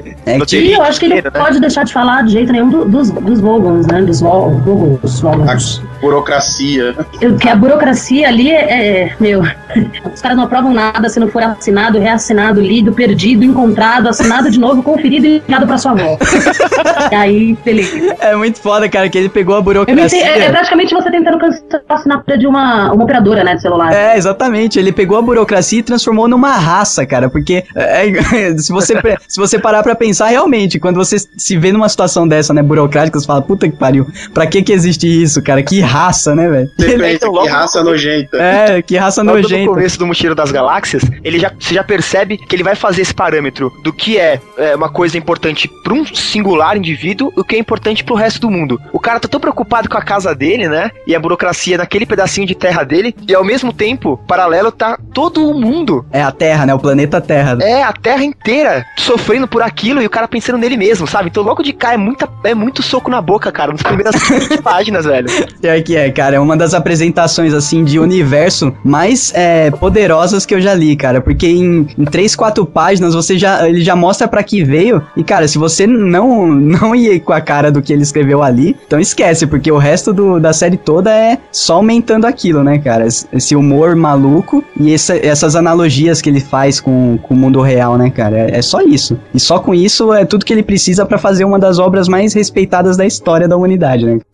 E eu acho que ele não pode deixar de falar de jeito nenhum dos Vogons, né? Dos Vogons. A burocracia. Que a burocracia ali meu, os caras não aprovam nada se não for assinado, reassinado, lido, perdido, encontrado, assinado de novo, conferido e enviado pra sua avó. E aí, beleza. É muito foda, cara, que ele pegou a burocracia. É praticamente você tentando cancelar a assinatura de uma operadora, né, de celular. Exatamente. Ele pegou a burocracia e transformou numa raça, cara, porque se você parar pra pensar, realmente, quando você se vê numa situação dessa, né, burocrática, você fala, puta que pariu, pra que existe isso, cara? Que raça, né, velho? Que raça nojenta. Que raça nojenta. No começo do Mochileiro das Galáxias, você já percebe que ele vai fazer esse parâmetro do que é uma coisa importante pra um singular indivíduo e o que é importante pro resto do mundo. O cara tá tão preocupado com a casa dele, né, e a burocracia naquele pedacinho de terra dele, e ao mesmo tempo, paralelo, tá todo o mundo. É a Terra, né, o planeta Terra. É, a Terra inteira sofrendo por aquilo e o cara pensando nele mesmo, sabe? Então logo de cá é muito soco na boca, cara, nas primeiras 20 páginas, velho. Cara, é uma das apresentações, assim, de universo mais poderosas que eu já li, cara, porque em 3, 4 páginas ele já mostra pra que veio, e cara, se você não ia com a cara do que ele escreveu ali, então esquece, porque o resto da série toda é só aumentando aquilo, né, cara, esse humor maluco e essas analogias que ele faz com o mundo real, né, cara, é só isso, e só com isso é tudo que ele precisa pra fazer uma das obras mais respeitadas da história da humanidade, né.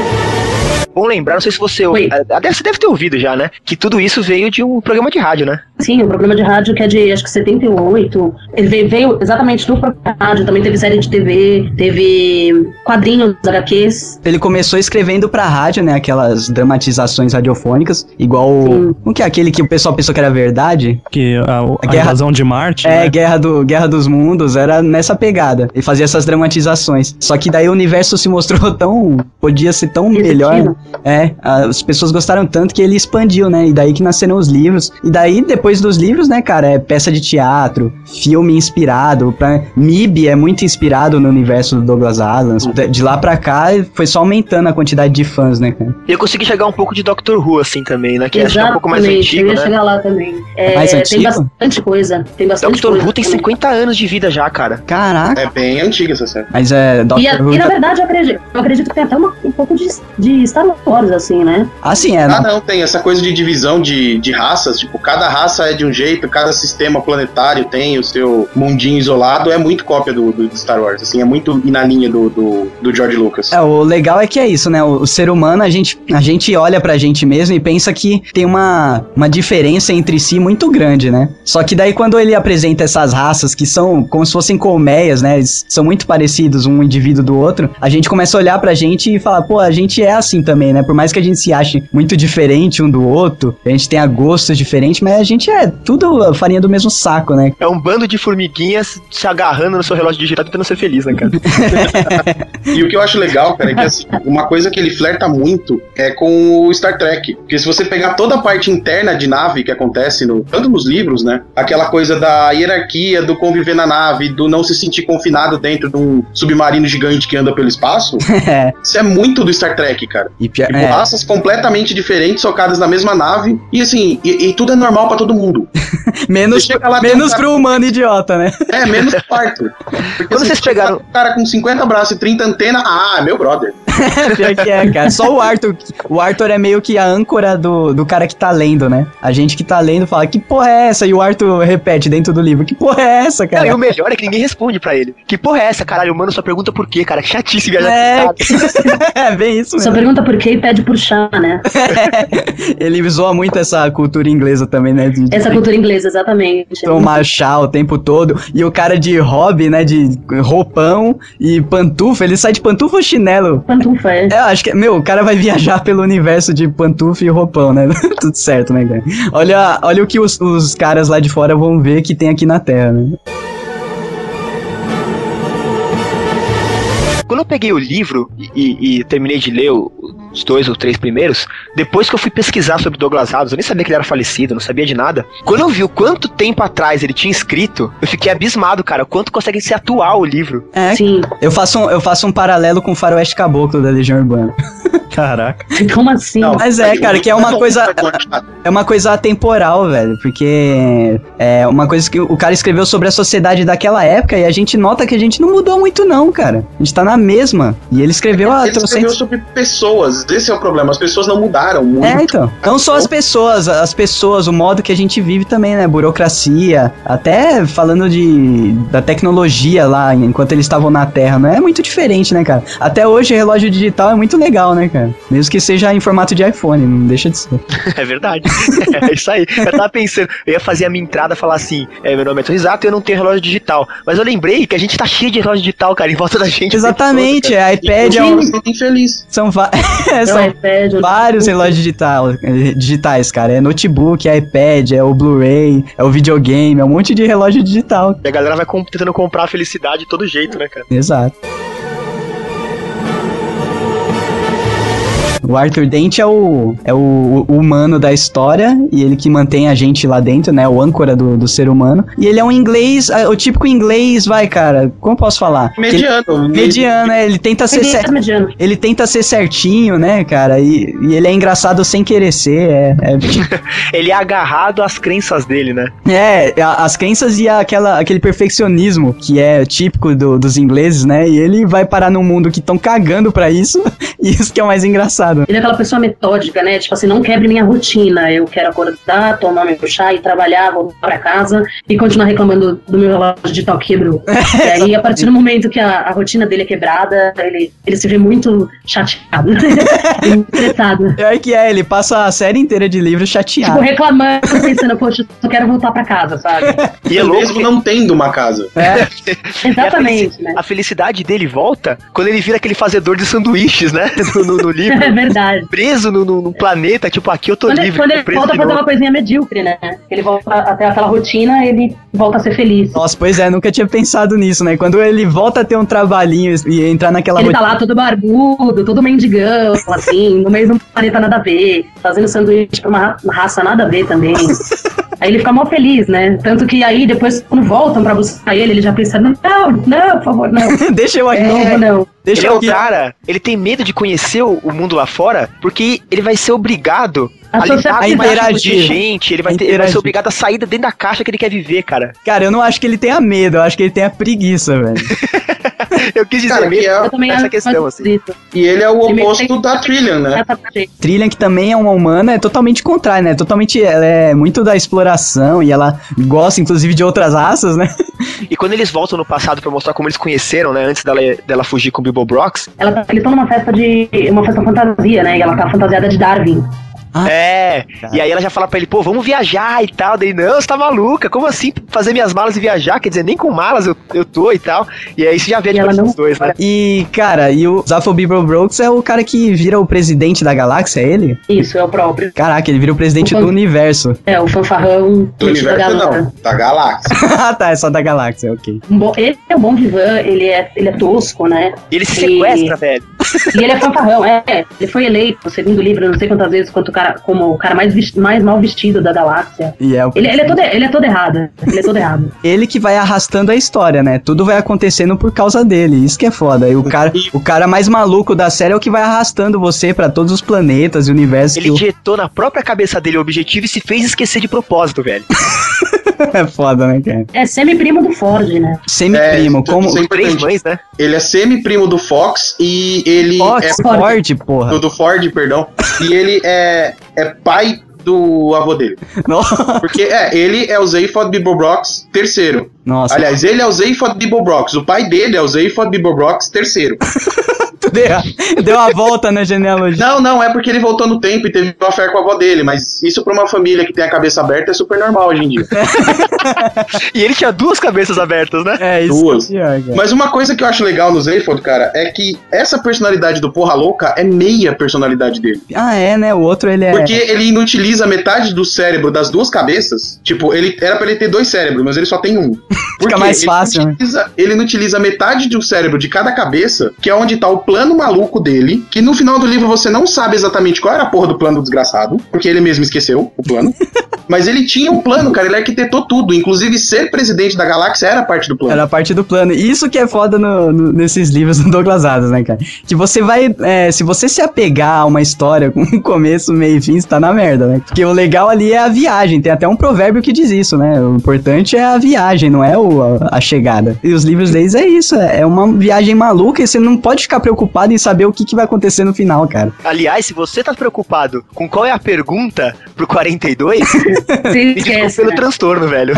Bom lembrar, não sei se você deve ter ouvido já, né? Que tudo isso veio de um programa de rádio, né? Sim, o programa de rádio que é de, acho que 78. Ele veio exatamente do próprio rádio, também teve série de TV, teve quadrinhos, HQs. Ele começou escrevendo pra rádio, né, aquelas dramatizações radiofônicas, igual o que é aquele que o pessoal pensou que era verdade? Que a Guerra- invasão de Marte, É, né? Guerra dos Mundos, era nessa pegada. Ele fazia essas dramatizações. Só que daí o universo se mostrou tão... podia ser tão melhor. As pessoas gostaram tanto que ele expandiu, né? E daí que nasceram os livros. E daí, depois dos livros, né, cara, é peça de teatro, filme inspirado. MIB é muito inspirado no universo do Douglas Adams. De lá pra cá, foi só aumentando a quantidade de fãs, né, cara? E eu consegui chegar um pouco de Doctor Who, assim, também, né? Que acho que é um pouco mais antigo, eu ia né? chegar lá também. Mais Tem antigo? bastante coisa. Tem bastante Doctor coisa Who tem também. 50 anos de vida já, cara. Caraca. É bem antiga essa série. Mas é... E na verdade, eu acredito que tem até um pouco de Star Wars, assim, né? Assim, Não, tem essa coisa de divisão de raças, tipo, cada raça é de um jeito, cada sistema planetário tem o seu mundinho isolado, é muito cópia do Star Wars, assim, é muito na linha do George Lucas. O legal é que é isso, né? O ser humano, a gente olha pra gente mesmo e pensa que tem uma diferença entre si muito grande, né? Só que daí quando ele apresenta essas raças que são como se fossem colmeias, né? Eles são muito parecidos um indivíduo do outro, a gente começa a olhar pra gente e falar, pô, a gente é assim também, né? Por mais que a gente se ache muito diferente um do outro, a gente tenha gostos diferentes, mas a gente é tudo farinha do mesmo saco, né? É um bando de formiguinhas se agarrando no seu relógio digital tentando ser feliz, né, cara? E o que eu acho legal, cara, é que assim, uma coisa que ele flerta muito é com o Star Trek. Porque se você pegar toda a parte interna de nave que acontece, tanto nos livros, né? Aquela coisa da hierarquia, do conviver na nave, do não se sentir confinado dentro de um submarino gigante que anda pelo espaço. Isso é muito do Star Trek, cara. Tipo, raças completamente diferentes, socadas na mesma nave. E assim, e tudo é normal pra todo mundo. menos pro humano idiota, né? Menos pro quarto. Porque quando vocês pegaram um cara com 50 braços e 30 antenas, é meu brother. Pior que é, cara. Só o Arthur é meio que a âncora do cara que tá lendo, né? A gente que tá lendo fala, que porra é essa? E o Arthur repete dentro do livro, que porra é essa, cara? Não, e o melhor é que ninguém responde pra ele. Que porra é essa, caralho? O mano só pergunta por quê, cara? Que chatice viajar. É bem isso mesmo. Só pergunta por quê e pede por chá, né? Ele zoa muito essa cultura inglesa também, né? Essa cultura inglesa, exatamente. Tomar chá o tempo todo. E o cara de hobby, né? De roupão e pantufa. Ele sai de pantufa ou chinelo? Pantufa, é. Eu acho que, o cara vai viajar pelo universo de pantufa e roupão, né? Tudo certo, né, cara? Olha o que os caras lá de fora vão ver que tem aqui na Terra, né? Quando eu peguei o livro e terminei de ler os 2 ou 3 primeiros, depois que eu fui pesquisar sobre Douglas Adams, eu nem sabia que ele era falecido, não sabia de nada. Quando eu vi o quanto tempo atrás ele tinha escrito, eu fiquei abismado, cara, o quanto consegue ser atual o livro. Sim. Eu faço um paralelo com o Faroeste Caboclo da Legião Urbana. Caraca. Como assim? Não, Mas cara, que é uma coisa... É uma coisa atemporal, velho, porque é uma coisa que o cara escreveu sobre a sociedade daquela época e a gente nota que a gente não mudou muito não, cara. A gente tá na mesma. E ele escreveu Ele escreveu sobre pessoas, esse é o problema, as pessoas não mudaram muito. Então. Não só as pessoas, o modo que a gente vive também, né? Burocracia, até falando da tecnologia lá, enquanto eles estavam na Terra, não é muito diferente, né, cara? Até hoje o relógio digital é muito legal, né, cara? Mesmo que seja em formato de iPhone, não deixa de ser. É verdade. É isso aí. Eu tava pensando, eu ia fazer a minha entrada e falar assim, meu nome é Torizato e eu não tenho relógio digital. Mas eu lembrei que a gente tá cheio de relógio digital, cara, em volta da gente. Exatamente, iPad infeliz. São vários relógios digitais, cara. É notebook, é iPad, é o Blu-ray, é o videogame, é um monte de relógio digital. E a galera vai tentando comprar a felicidade de todo jeito, né, cara? Exato. O Arthur Dent é o humano da história e ele que mantém a gente lá dentro, né? O âncora do ser humano. E ele é um inglês, o típico inglês, cara, como eu posso falar? Mediano, né? Ele tenta ser ele tenta ser certinho, né, cara? E ele é engraçado sem querer ser. Ele é agarrado às crenças dele, né? As crenças e aquele perfeccionismo que é típico dos ingleses, né? E ele vai parar num mundo que estão cagando pra isso Isso que é o mais engraçado. Ele é aquela pessoa metódica, né? Tipo assim, não quebre minha rotina. Eu quero acordar, tomar meu chá e trabalhar, voltar pra casa e continuar reclamando do meu relógio digital que quebrou. E aí, a partir do momento que a rotina dele é quebrada, ele se vê muito chateado. Estressado. Pior que ele passa a série inteira de livro chateado. Tipo, reclamando, pensando, poxa, eu só quero voltar pra casa, sabe? E é mesmo não tendo uma casa. Exatamente, né? A felicidade dele volta quando ele vira aquele fazedor de sanduíches, né? No livro. É verdade. Preso no planeta, tipo, aqui eu tô livre. Quando ele volta a fazer uma coisinha medíocre, né? Ele volta até aquela rotina, ele volta a ser feliz. Nossa, pois é, nunca tinha pensado nisso, né? Quando ele volta a ter um trabalhinho e entrar naquela Ele tá lá todo barbudo, todo mendigão, assim, no meio de um planeta nada a ver, fazendo sanduíche pra uma raça nada a ver também. Aí ele fica mó feliz, né? Tanto que aí, depois, quando voltam pra buscar ele já pensa, não, por favor, não. Deixa eu aqui. Não. Ele é o cara, ele tem medo de conhecer o mundo lá fora, porque ele vai ser obrigado a lidar com mais tipo de gente, ele vai ser obrigado a sair dentro da caixa que ele quer viver, cara. Cara, eu não acho que ele tenha medo, eu acho que ele tenha preguiça, velho. Eu quis dizer cara, essa questão, assim. E ele é o oposto da Trillian, né? Trillian, que também é uma humana, é totalmente contrária, né? Ela é muito da exploração e ela gosta, inclusive, de outras raças, né? E quando eles voltam no passado pra mostrar como eles conheceram, né? Antes dela fugir com o Bilbo Brox. Eles estão numa festa fantasia, né? E ela tá fantasiada de Darwin. Cara. E aí ela já fala pra ele, pô, vamos viajar e tal. Daí, não, você tá maluca, como assim fazer minhas malas e viajar? Quer dizer, nem com malas eu tô e tal. E aí você já vê a diferença dos dois, né? E, cara, o Zaphod Beeblebrox é o cara que vira o presidente da galáxia, é ele? Isso, é o próprio. Caraca, ele vira o presidente do universo. É, o fanfarrão do universo não, da galáxia. Ah, tá, é só da galáxia, ok. Ele é um bom vivan, ele é tosco, né? Ele se sequestra, velho. E ele é fanfarrão, ele foi eleito, segundo o livro, não sei quantas vezes, como o cara mais mal vestido da galáxia. Ele é todo errado. Ele é todo errado. Ele que vai arrastando a história, né? Tudo vai acontecendo por causa dele. Isso que é foda. E o cara mais maluco da série é o que vai arrastando você pra todos os planetas e universos. Ele injetou na própria cabeça dele o objetivo e se fez esquecer de propósito, velho. É foda, né, cara? É semi-primo do Ford, né? Semi-primo, como os três mães, né? Ele é semi-primo do Fox e ele é Ford, porra. Do Ford, perdão. E ele é pai do avô dele. Nossa. Porque ele é o Zaphod Beeblebrox III. Nossa. Aliás, ele é o Zaphod Beeblebrox. O pai dele é o Zaphod Beeblebrox III. Deu a volta na genealogia. Não, é porque ele voltou no tempo e teve uma fé com a avó dele, mas isso pra uma família que tem a cabeça aberta é super normal hoje em dia. E ele tinha duas cabeças abertas, né? É, isso. Duas. Mas uma coisa que eu acho legal no Zaphod, cara, é que essa personalidade do Porra Louca é meia personalidade dele. Ah, é, né? O outro, ele é... Porque ele inutiliza metade do cérebro das duas cabeças. Tipo, era pra ele ter dois cérebros, mas ele só tem um. Fica mais fácil, ele inutiliza metade do cérebro de cada cabeça, que é onde tá o plano maluco dele, que no final do livro você não sabe exatamente qual era a porra do plano do desgraçado, porque ele mesmo esqueceu o plano. Mas ele tinha um plano, cara, ele arquitetou tudo. Inclusive, ser presidente da galáxia era parte do plano. Era parte do plano. Isso que é foda nesses livros do Douglas Adams, né, cara? Que você vai... se você se apegar a uma história com começo, meio e fim, você tá na merda, né? Porque o legal ali é a viagem. Tem até um provérbio que diz isso, né? O importante é a viagem, não é a chegada. E os livros deles é isso. É uma viagem maluca e você não pode ficar preocupado em saber o que vai acontecer no final, cara. Aliás, se você tá preocupado com qual é a pergunta pro 42... Me desculpa pelo transtorno, velho.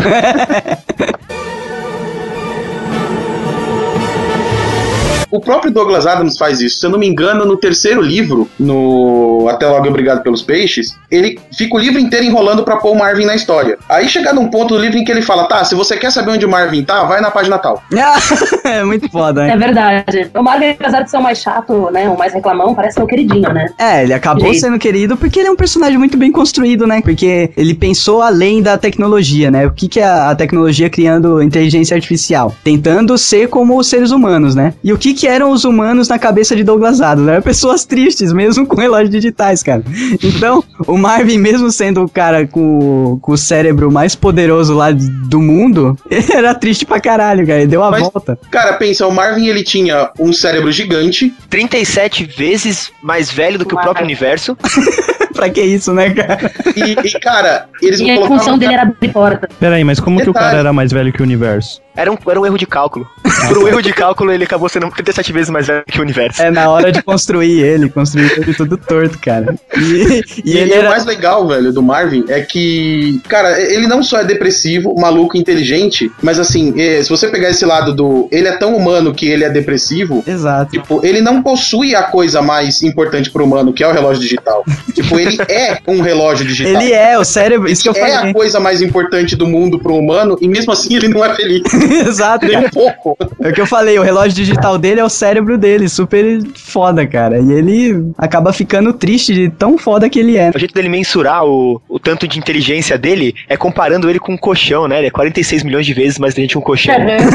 O próprio Douglas Adams faz isso. Se eu não me engano, no terceiro livro, no Até Logo e Obrigado pelos Peixes, ele fica o livro inteiro enrolando pra pôr o Marvin na história. Aí chega num ponto do livro em que ele fala, tá, se você quer saber onde o Marvin tá, vai na página tal. É muito foda, né? É verdade. O Marvin, apesar de ser o mais chato, né, o mais reclamão, parece ser o queridinho, né? É, ele acabou sendo querido porque ele é um personagem muito bem construído, né? Porque ele pensou além da tecnologia, né? O que é a tecnologia criando inteligência artificial? Tentando ser como os seres humanos, né? E o que eram os humanos na cabeça de Douglas Adams? Eram pessoas tristes, mesmo com relógios digitais, cara. Então, o Marvin, mesmo sendo o cara com o cérebro mais poderoso lá do mundo, ele era triste pra caralho, cara. Ele deu a volta. Cara, pensa, o Marvin, ele tinha um cérebro gigante. 37 vezes mais velho do que o próprio universo. Pra que isso, né, cara? E cara, eles e a função dele era abrir porta. Peraí, mas como que o cara era mais velho que o universo? Era um erro de cálculo. Por um erro de cálculo, ele acabou sendo 37 vezes mais velho que o universo. É, na hora de construir ele tudo torto, cara. E ele o mais legal, velho, do Marvin é que, cara, ele não só é depressivo, maluco, inteligente, mas assim, se você pegar esse lado do ele é tão humano que ele é depressivo, exato. Tipo, ele não possui a coisa mais importante pro humano, que é o relógio digital. Tipo, ele é um relógio digital. Ele é, o cérebro, isso que eu falei. É a coisa mais importante do mundo pro humano, e mesmo assim ele não é feliz. Exato, nem cara. um pouco. É o que eu falei, o relógio digital dele é o cérebro dele, super foda, cara. E ele acaba ficando triste de tão foda que ele é. O jeito dele mensurar o tanto de inteligência dele é comparando ele com um colchão, né? Ele é 46 milhões de vezes mais inteligente que um colchão.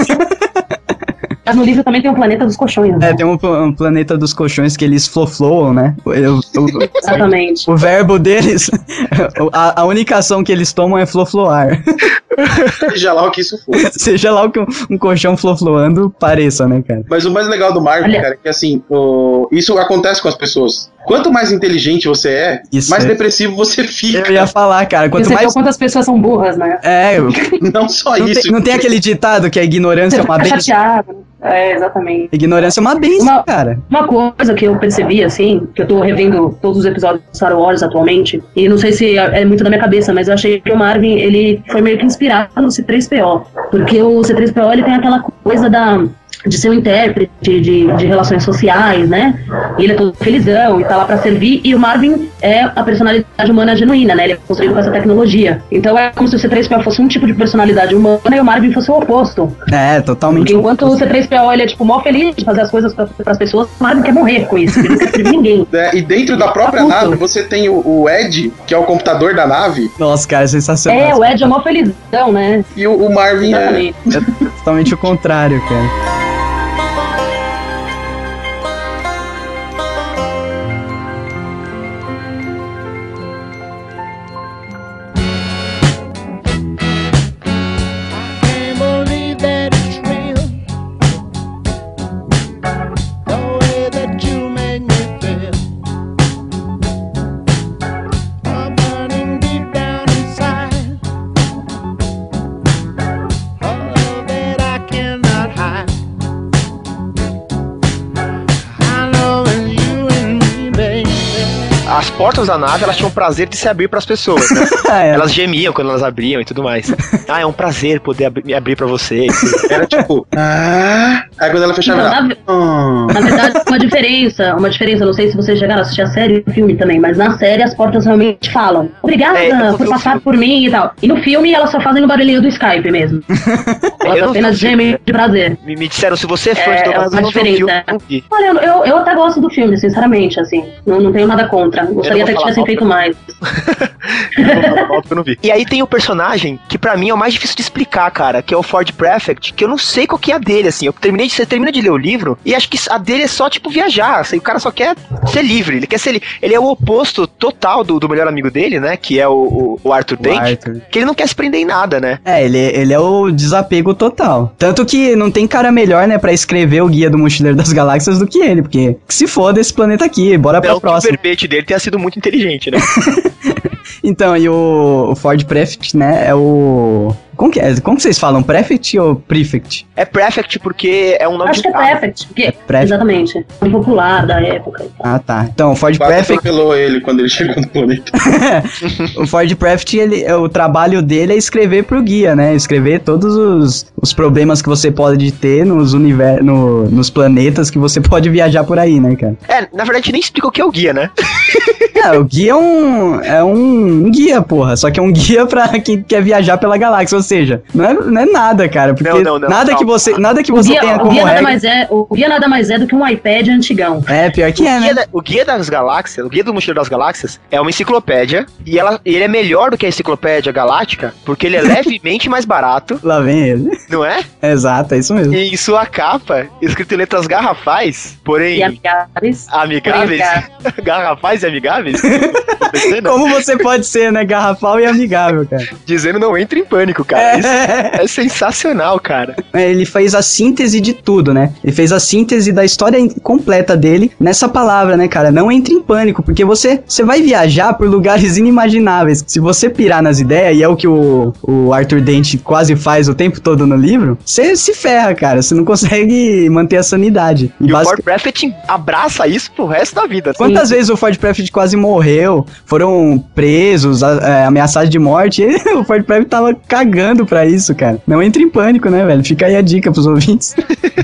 Mas no livro também tem um planeta dos colchões, né? É, tem um planeta dos colchões que eles flowam, né? Exatamente. O verbo deles, a única ação que eles tomam é flowar. Seja lá o que isso for. Seja lá o que um colchão flowando pareça, né, cara? Mas o mais legal do Marvel, cara, é que assim, isso acontece com as pessoas. Quanto mais inteligente você é, mais depressivo você fica. Eu ia falar, cara. Quanto mais... quantas pessoas são burras, né? É, não só isso. Não tem aquele ditado que a ignorância é uma benção. Chateado. É, exatamente. Ignorância é uma benção, cara. Uma coisa que eu percebi, assim, que eu tô revendo todos os episódios de Star Wars atualmente, e não sei se é muito da minha cabeça, mas eu achei que o Marvin, ele foi meio que inspirado no C-3PO. Porque o C-3PO, ele tem aquela coisa de ser um intérprete de relações sociais, né? E ele é todo felizão e tá lá pra servir. E o Marvin é a personalidade humana genuína, né? Ele é construído com essa tecnologia. Então é como se o C-3PO fosse um tipo de personalidade humana e o Marvin fosse o oposto. É, totalmente. Porque enquanto o C-3PO, ele é tipo mó feliz de fazer as coisas pras pessoas, o Marvin quer morrer com isso. Ele não quer servir ninguém. E dentro da própria nave, você tem o Ed, que é o computador da nave. Nossa, cara, é sensacional. É, o Ed é mó felizão, né? E o Marvin é totalmente o contrário, cara. As portas da nave, elas tinham o prazer de se abrir pras pessoas, né? Elas gemiam quando elas abriam e tudo mais. Ah, é um prazer poder abrir pra você. Era tipo... Aí quando ela fechava... Na verdade, uma diferença, não sei se vocês chegaram a assistir a série e o filme também, mas na série as portas realmente falam obrigada por passar por mim e tal. E no filme elas só fazem o barulhinho do Skype mesmo. Elas apenas gemem de prazer. Me disseram, se você é fã de Douglas, uma diferença. Olha, eu até gosto do filme, sinceramente, assim. Não tenho nada contra. Gostaria até que tivessem feito mais. Eu não vi. E aí tem o personagem que pra mim é o mais difícil de explicar, cara, que é o Ford Prefect, que eu não sei qual que é a dele, assim. Você termina de ler o livro e acho que a dele é só, tipo, viajar. Assim, o cara só quer ser livre. Ele quer ser ele é o oposto total do melhor amigo dele, né? Que é o Arthur Dent. Que ele não quer se prender em nada, né? É, ele é o desapego total. Tanto que não tem cara melhor, né, pra escrever o Guia do Mochileiro das Galáxias do que ele, porque se foda esse planeta aqui, bora pra próxima. O verbete dele tenha sido muito inteligente, né? Então, e o Ford Prefect, né, é o... Como que é? Como que vocês falam? Prefect ou Prefect? É Prefect porque é um nome de carro. Acho que é Prefect, porque exatamente. É popular da época. Ah, tá. Então, o Ford Prefect... atropelou ele quando ele chegou no planeta. O Ford Prefect, o trabalho dele é escrever pro guia, né? Escrever todos os problemas que você pode ter nos planetas que você pode viajar por aí, né, cara? Na verdade, a gente nem explica o que é o guia, né? O guia é um guia, porra. Só que é um guia pra quem quer viajar pela galáxia. Ou seja, não é nada, cara. Porque nada que você tenha como regra... O guia nada mais é do que um iPad antigão. É, pior que né? O Guia das Galáxias, o Guia do Mochileiro das Galáxias é uma enciclopédia e ele é melhor do que a Enciclopédia Galáctica porque ele é levemente mais barato. Lá vem ele. Não é? Exato, é isso mesmo. E em sua capa, escrito em letras garrafais, porém... E amigáveis. Amigáveis? Garrafais e amigáveis? Como você pode ser, né? Garrafal e amigável, cara. Dizendo não entre em pânico, cara. cara. Isso é sensacional, cara. Ele fez a síntese de tudo, né? Ele fez a síntese da história completa dele nessa palavra, né, cara? Não entre em pânico, porque você vai viajar por lugares inimagináveis. Se você pirar nas ideias, e é o que o Arthur Dent quase faz o tempo todo no livro, você se ferra, cara. Você não consegue manter a sanidade. E o Ford Prefect abraça isso pro resto da vida. Quantas vezes o Ford Prefect quase morreu, foram presos, ameaçados de morte, e o Ford Prefect tava cagando pra isso, cara. Não entre em pânico, né, velho? Fica aí a dica pros ouvintes.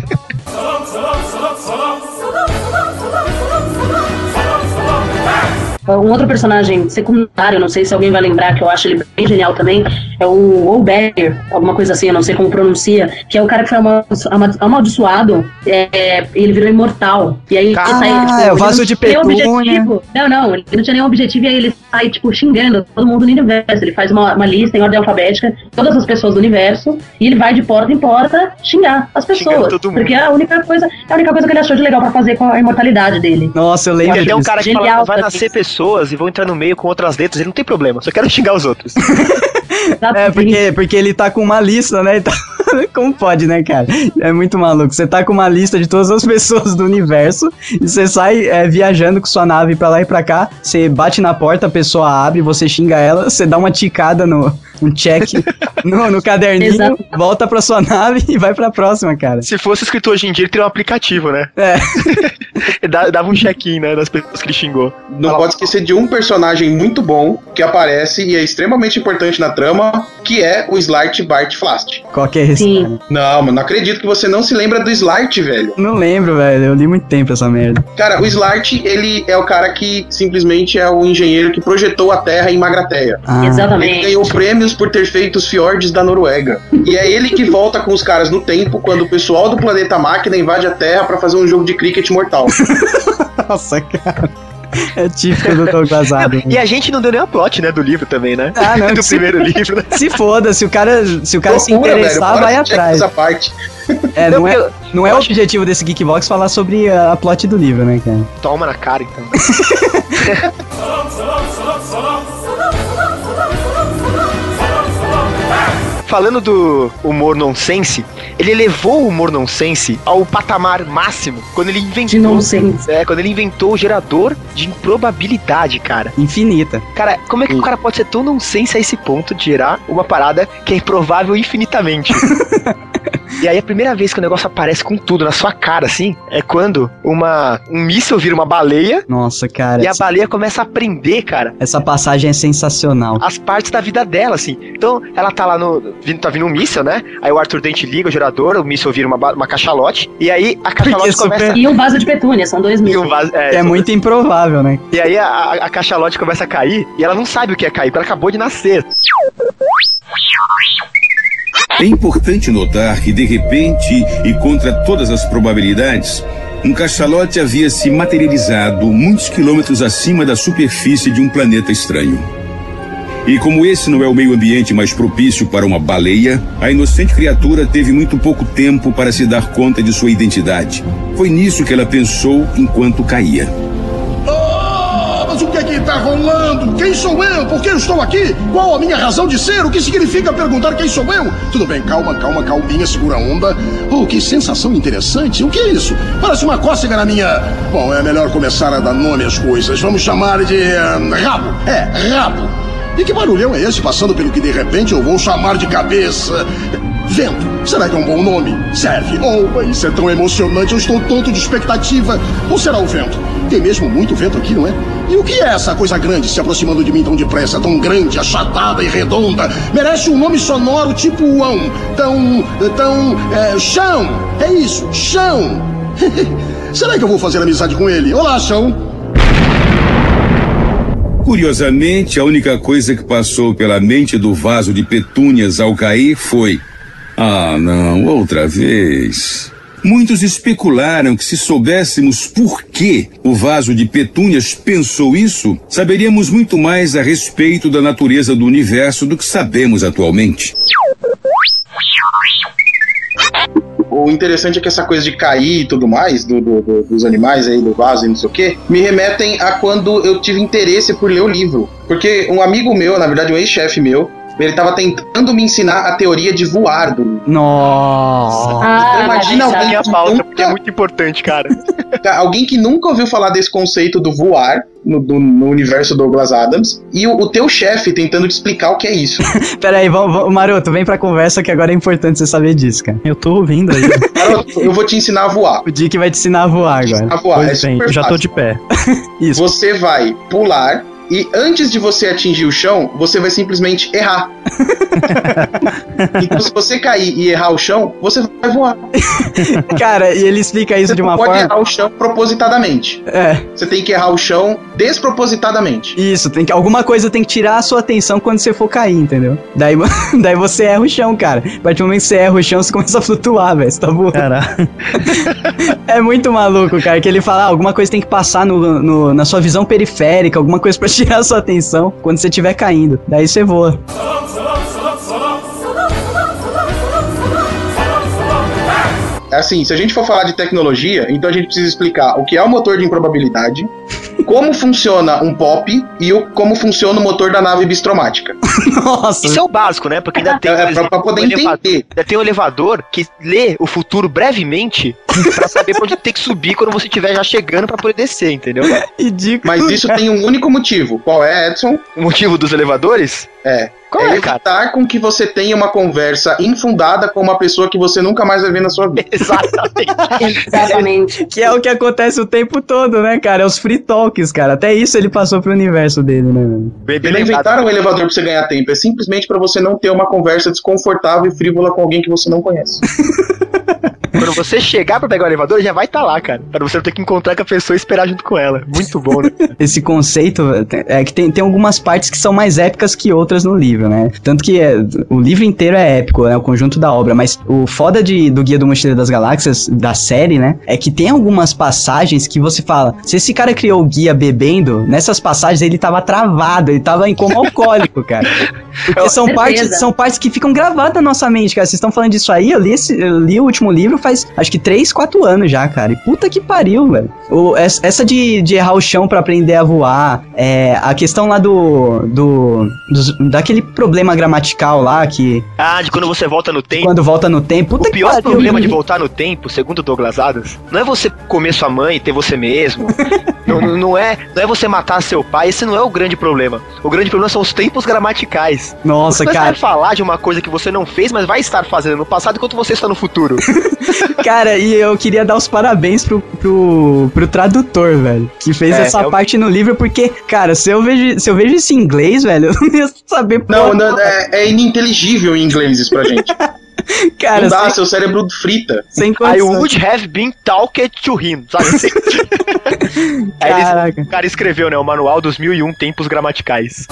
Um outro personagem secundário, não sei se alguém vai lembrar, que eu acho ele bem genial também, é o Olberger, alguma coisa assim, eu não sei como pronuncia, que é o cara que foi amaldiçoado, ele virou imortal. E aí ele sai, tipo, é o vaso de Petúnia. Não, ele não tinha nenhum objetivo, e aí ele sai, tipo, xingando todo mundo no universo. Ele faz uma lista em ordem alfabética, todas as pessoas do universo, e ele vai de porta em porta xingar as pessoas. Porque é a única coisa que ele achou de legal pra fazer com a imortalidade dele. Nossa, eu lembro. Ele é um cara que fala, vai nascer pessoas e vão entrar no meio com outras letras, ele não tem problema, só quero xingar os outros. Porque ele tá com uma lista, né? Como pode, né, cara? É muito maluco. Você tá com uma lista de todas as pessoas do universo e você sai viajando com sua nave pra lá e pra cá, você bate na porta, a pessoa abre, você xinga ela, você dá uma ticada um check no caderninho, exato, volta pra sua nave e vai pra próxima, cara. Se fosse escrito hoje em dia, ele teria um aplicativo, né? Dava um check-in, né, das pessoas que ele xingou. Não pode esquecer de um personagem muito bom que aparece e é extremamente importante na trama, que é o Slart Bart Flast. Qual que é esse? Sim. Não, mas não acredito que você não se lembra do Slart, velho. Não lembro, velho. Eu li muito tempo essa merda. Cara, o Slart, ele é o cara que simplesmente é o engenheiro que projetou a Terra em Magrateia. Exatamente. Ele ganhou prêmios por ter feito os fiordes da Noruega. E é ele que volta com os caras no tempo quando o pessoal do planeta Máquina invade a Terra pra fazer um jogo de cricket mortal. Nossa, cara. É típico do Douglas Adams. E a gente não deu nem a plot, né, do livro também, né? Não, do primeiro livro, né? Se foda, se o cara se interessar, velho, vai atrás. Essa parte. Não é o objetivo desse Geekbox falar sobre a plot do livro, né, cara? Toma na cara, então. Falando do humor nonsense, ele elevou o humor nonsense ao patamar máximo quando ele inventou. Quando ele inventou o gerador de improbabilidade, cara. Infinita. Cara, como é que o cara pode ser tão nonsense a esse ponto de gerar uma parada que é improvável infinitamente? E aí a primeira vez que o negócio aparece com tudo na sua cara, assim, é quando um míssil vira uma baleia. Nossa, cara. E a baleia começa a aprender, cara. Essa passagem é sensacional. As partes da vida dela, assim. Então, ela tá lá tá vindo um míssil, né? Aí o Arthur Dent liga o gerador, o míssil vira uma cachalote. E aí a cachalote começa... E um vaso de petúnia, são dois mísseis. É muito improvável, né? E aí a cachalote começa a cair e ela não sabe o que é cair, porque ela acabou de nascer. É importante notar que, de repente, e contra todas as probabilidades, um cachalote havia se materializado muitos quilômetros acima da superfície de um planeta estranho. E como esse não é o meio ambiente mais propício para uma baleia, a inocente criatura teve muito pouco tempo para se dar conta de sua identidade. Foi nisso que ela pensou enquanto caía. Mas o que é que está rolando? Quem sou eu? Por que eu estou aqui? Qual a minha razão de ser? O que significa perguntar quem sou eu? Tudo bem, calminha, segura a onda. Oh, que sensação interessante. O que é isso? Parece uma cócega na minha... Bom, é melhor começar a dar nome às coisas. Vamos chamar de... rabo. Rabo. E que barulhão é esse passando pelo que de repente eu vou chamar de cabeça? Vento. Será que é um bom nome? Serve. Oh, isso é tão emocionante. Eu estou tonto de expectativa. Ou será o vento? Tem mesmo muito vento aqui, não é? E o que é essa coisa grande se aproximando de mim tão depressa, tão grande, achatada e redonda? Merece um nome sonoro tipo uão. Chão. É isso, chão. Será que eu vou fazer amizade com ele? Olá, chão. Curiosamente, a única coisa que passou pela mente do vaso de petúnias ao cair foi... Ah, não, outra vez. Muitos especularam que se soubéssemos por que o vaso de petúnias pensou isso, saberíamos muito mais a respeito da natureza do universo do que sabemos atualmente. O interessante é que essa coisa de cair e tudo mais, dos animais aí, do vaso e não sei o que, me remetem a quando eu tive interesse por ler o livro. Porque um amigo meu, na verdade um ex-chefe meu, Ele tava tentando me ensinar a teoria de voar do livro. Nossa. Então imagina alguém Minha que pauta, nunca, porque é muito importante, cara. alguém que nunca ouviu falar desse conceito do voar no universo Douglas Adams, e o teu chefe tentando te explicar o que é isso. Pera aí, vamos, Maroto, vem pra conversa que agora é importante você saber disso, cara. Eu tô ouvindo aí. Maroto, eu vou te ensinar a voar. O Dick vai te ensinar a voar agora. A voar, é Pois bem, super já tô fácil. de pé. Isso. Você vai pular e antes de você atingir o chão, você vai simplesmente errar. Então se você cair e errar o chão, você vai voar. Cara, e ele explica isso Você de não uma pode forma... errar o chão propositadamente. É, Você tem que errar o chão despropositadamente. isso, alguma coisa tem que tirar a sua atenção quando você for cair, entendeu? Daí você erra o chão, cara. A partir do momento que você erra o chão, você começa a flutuar, velho. Você tá voando. Caraca. É muito maluco, cara, que ele fala, alguma coisa tem que passar na sua visão periférica, alguma coisa pra tirar a sua atenção quando você estiver caindo. Daí você voa. Assim, se a gente for falar de tecnologia, então a gente precisa explicar o que é o motor de improbabilidade, como funciona um pop e como funciona o motor da nave bistromática. Nossa. Isso é o básico, né? Porque ainda tem, Pra poder entender. Ainda tem um elevador que lê o futuro brevemente pra saber pra onde tem que subir quando você estiver já chegando pra poder descer, entendeu? Ridículo. Mas isso tem um único motivo. Qual é, Edson? O motivo dos elevadores? Qual é é, cara? evitar com que você tenha uma conversa infundada com uma pessoa que você nunca mais vai ver na sua vida. Exatamente. Exatamente. Que é o que acontece o tempo todo, né, cara? É os free talks, cara. Até isso ele passou pro universo dele, né? Eles não inventaram um elevador pra você ganhar tempo. É simplesmente pra você não ter uma conversa desconfortável e frívola com alguém que você não conhece. Quando você chegar pra pegar o elevador, já vai estar lá, cara. Pra você não ter que encontrar com a pessoa e esperar junto com ela. Muito bom, né? Esse conceito é que tem algumas partes que são mais épicas que outras no livro, né? Tanto que o livro inteiro é épico, né? O conjunto da obra. Mas o foda do Guia do Mochileiro das Galáxias, da série, né? É que tem algumas passagens que você fala, se esse cara criou o guia bebendo, nessas passagens ele tava travado, ele tava em coma alcoólico, cara. Porque são partes que ficam gravadas na nossa mente, cara. Vocês estão falando disso aí? Eu li o último livro faz, acho que 3, 4 anos já, cara. E puta que pariu, velho. Essa de errar o chão pra aprender a voar, a questão lá daquele problema gramatical lá que... Ah, de quando você volta no tempo. Quando volta no tempo. Puta o pior que pariu, problema de voltar no tempo, segundo Douglas Adams, não é você comer sua mãe e ter você mesmo. não é você matar seu pai. Esse não é o grande problema. O grande problema são os tempos gramaticais. Nossa, você cara. vai falar de uma coisa que você não fez, mas vai estar fazendo no passado enquanto você está no futuro. Cara, e eu queria dar os parabéns pro tradutor, velho, que fez essa parte no livro, porque, cara, se eu vejo isso em inglês, velho, eu não ia saber... Não, é ininteligível em inglês isso pra gente. Cara, não dá, seu cérebro frita. Sem I would have been talked to him, sabe assim? Aí o cara escreveu, né, o Manual dos 1001 Tempos Gramaticais.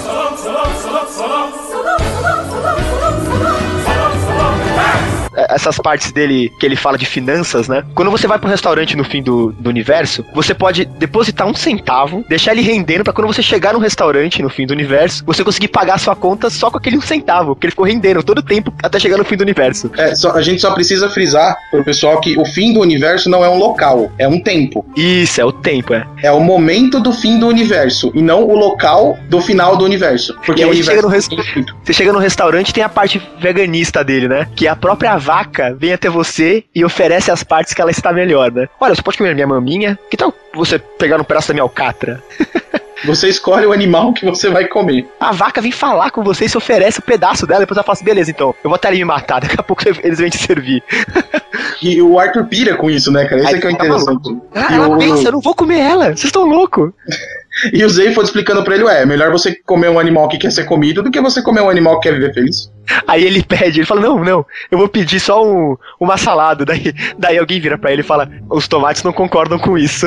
Essas partes dele que ele fala de finanças, né? Quando você vai pro restaurante no fim do universo, você pode depositar 1 centavo, deixar ele rendendo pra quando você chegar no restaurante no fim do universo, você conseguir pagar a sua conta só com aquele 1 centavo, porque ele ficou rendendo todo o tempo até chegar no fim do universo. A gente só precisa frisar pro pessoal que o fim do universo não é um local, é um tempo. Isso, é o tempo, É o momento do fim do universo, e não o local do final do universo. Porque o universo você chega no restaurante, tem a parte veganista dele, né? Que é a própria vaca vem até você e oferece as partes que ela está melhor, né? Olha, você pode comer minha maminha? Que tal você pegar um pedaço da minha alcatra? Você escolhe o animal que você vai comer. A vaca vem falar com você e se oferece um pedaço dela, depois ela fala assim, beleza, então, eu vou até ali me matar, daqui a pouco eles vêm te servir. E o Arthur pira com isso, né, cara? Esse é que é o interessante. Ela pensa, eu não vou comer ela, vocês estão loucos. E o Zayfod explicando pra ele, é melhor você comer um animal que quer ser comido do que você comer um animal que quer viver feliz. Aí ele pede, ele fala, não, eu vou pedir só uma salada. Daí alguém vira pra ele e fala, os tomates não concordam com isso.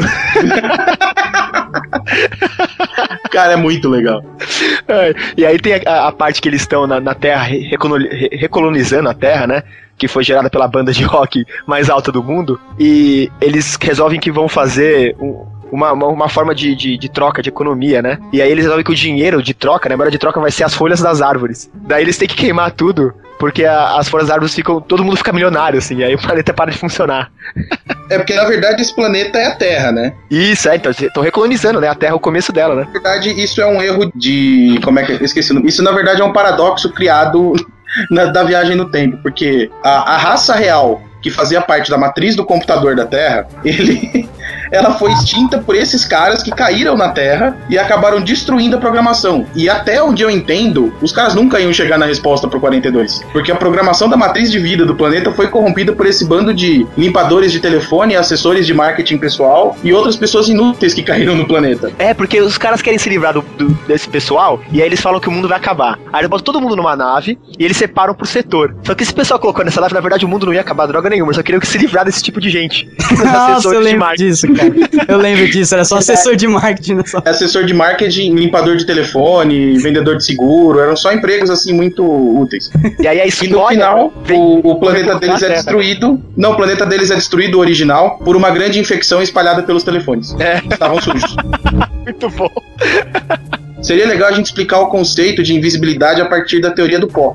Cara, é muito legal. E aí tem a parte que eles estão na Terra, recolonizando a Terra, né? Que foi gerada pela banda de rock mais alta do mundo. E eles resolvem que vão fazer uma forma de troca, de economia, né? E aí eles resolvem que o dinheiro de troca, né? A moeda de troca vai ser as folhas das árvores. Daí eles têm que queimar tudo, porque as folhas das árvores todo mundo fica milionário, assim, e aí o planeta para de funcionar. É porque, na verdade, esse planeta é a Terra, né? Isso, então estão recolonizando, né? A Terra é o começo dela, né? Na verdade, isso é um erro de... Como é que... Eu esqueci o nome. Isso, na verdade, é um paradoxo criado da viagem no tempo, porque a raça real que fazia parte da matriz do computador da Terra, ela foi extinta por esses caras que caíram na Terra e acabaram destruindo a programação. E até onde eu entendo, os caras nunca iam chegar na resposta pro 42. Porque a programação da matriz de vida do planeta foi corrompida por esse bando de limpadores de telefone, assessores de marketing pessoal e outras pessoas inúteis que caíram no planeta. É, porque os caras querem se livrar desse pessoal e aí eles falam que o mundo vai acabar. Aí eles botam todo mundo numa nave e eles separam por setor. Só que esse pessoal colocou nessa nave, na verdade, o mundo não ia acabar droga nenhuma, só queriam se livrar desse tipo de gente. Nossa, eu lembro disso, cara. Eu lembro disso, era só assessor de marketing. Assessor de marketing, limpador de telefone, vendedor de seguro, eram só empregos, assim, muito úteis. E aí a história... E no final, o planeta deles é destruído. Não, o planeta deles é destruído, o original, por uma grande infecção espalhada pelos telefones. Estavam sujos. Muito bom. Seria legal a gente explicar o conceito de invisibilidade a partir da teoria do pop.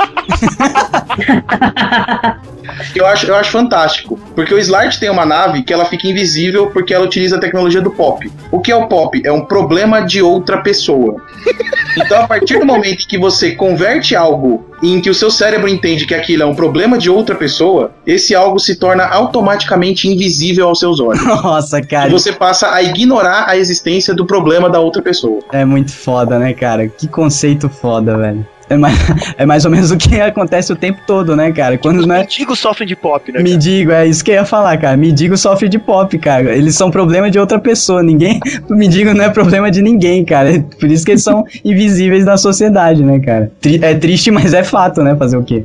Eu acho fantástico, porque o Slart tem uma nave que ela fica invisível porque ela utiliza a tecnologia do pop. O que é o pop? É um problema de outra pessoa. Então, a partir do momento que você converte algo em que o seu cérebro entende que aquilo é um problema de outra pessoa, esse algo se torna automaticamente invisível aos seus olhos. Nossa, cara. E você passa a ignorar a existência do problema da outra pessoa. É muito foda, né, cara? Que conceito foda, velho. É mais ou menos o que acontece o tempo todo, né, cara? Quando os mendigos sofrem de pop, né, cara? Mendigo, é isso que eu ia falar, cara. Mendigo sofre de pop, cara. Eles são problema de outra pessoa. O mendigo não é problema de ninguém, cara. Por isso que eles são invisíveis na sociedade, né, cara? É triste, mas é fato, né? Fazer o quê?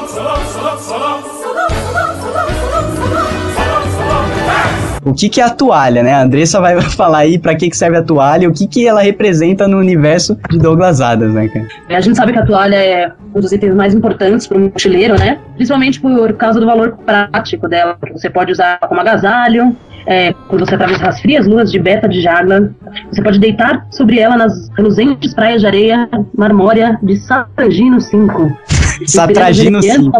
O que é a toalha, né? A Andressa vai falar aí pra que serve a toalha e o que ela representa no universo de Douglas Adams, né, cara? A gente sabe que a toalha é um dos itens mais importantes para um mochileiro, né? Principalmente por causa do valor prático dela, que você pode usar como agasalho, quando você atravessa as frias luas de Beta de Jagla, você pode deitar sobre ela nas reluzentes praias de areia marmórea de Satragino 5. Satragino 5.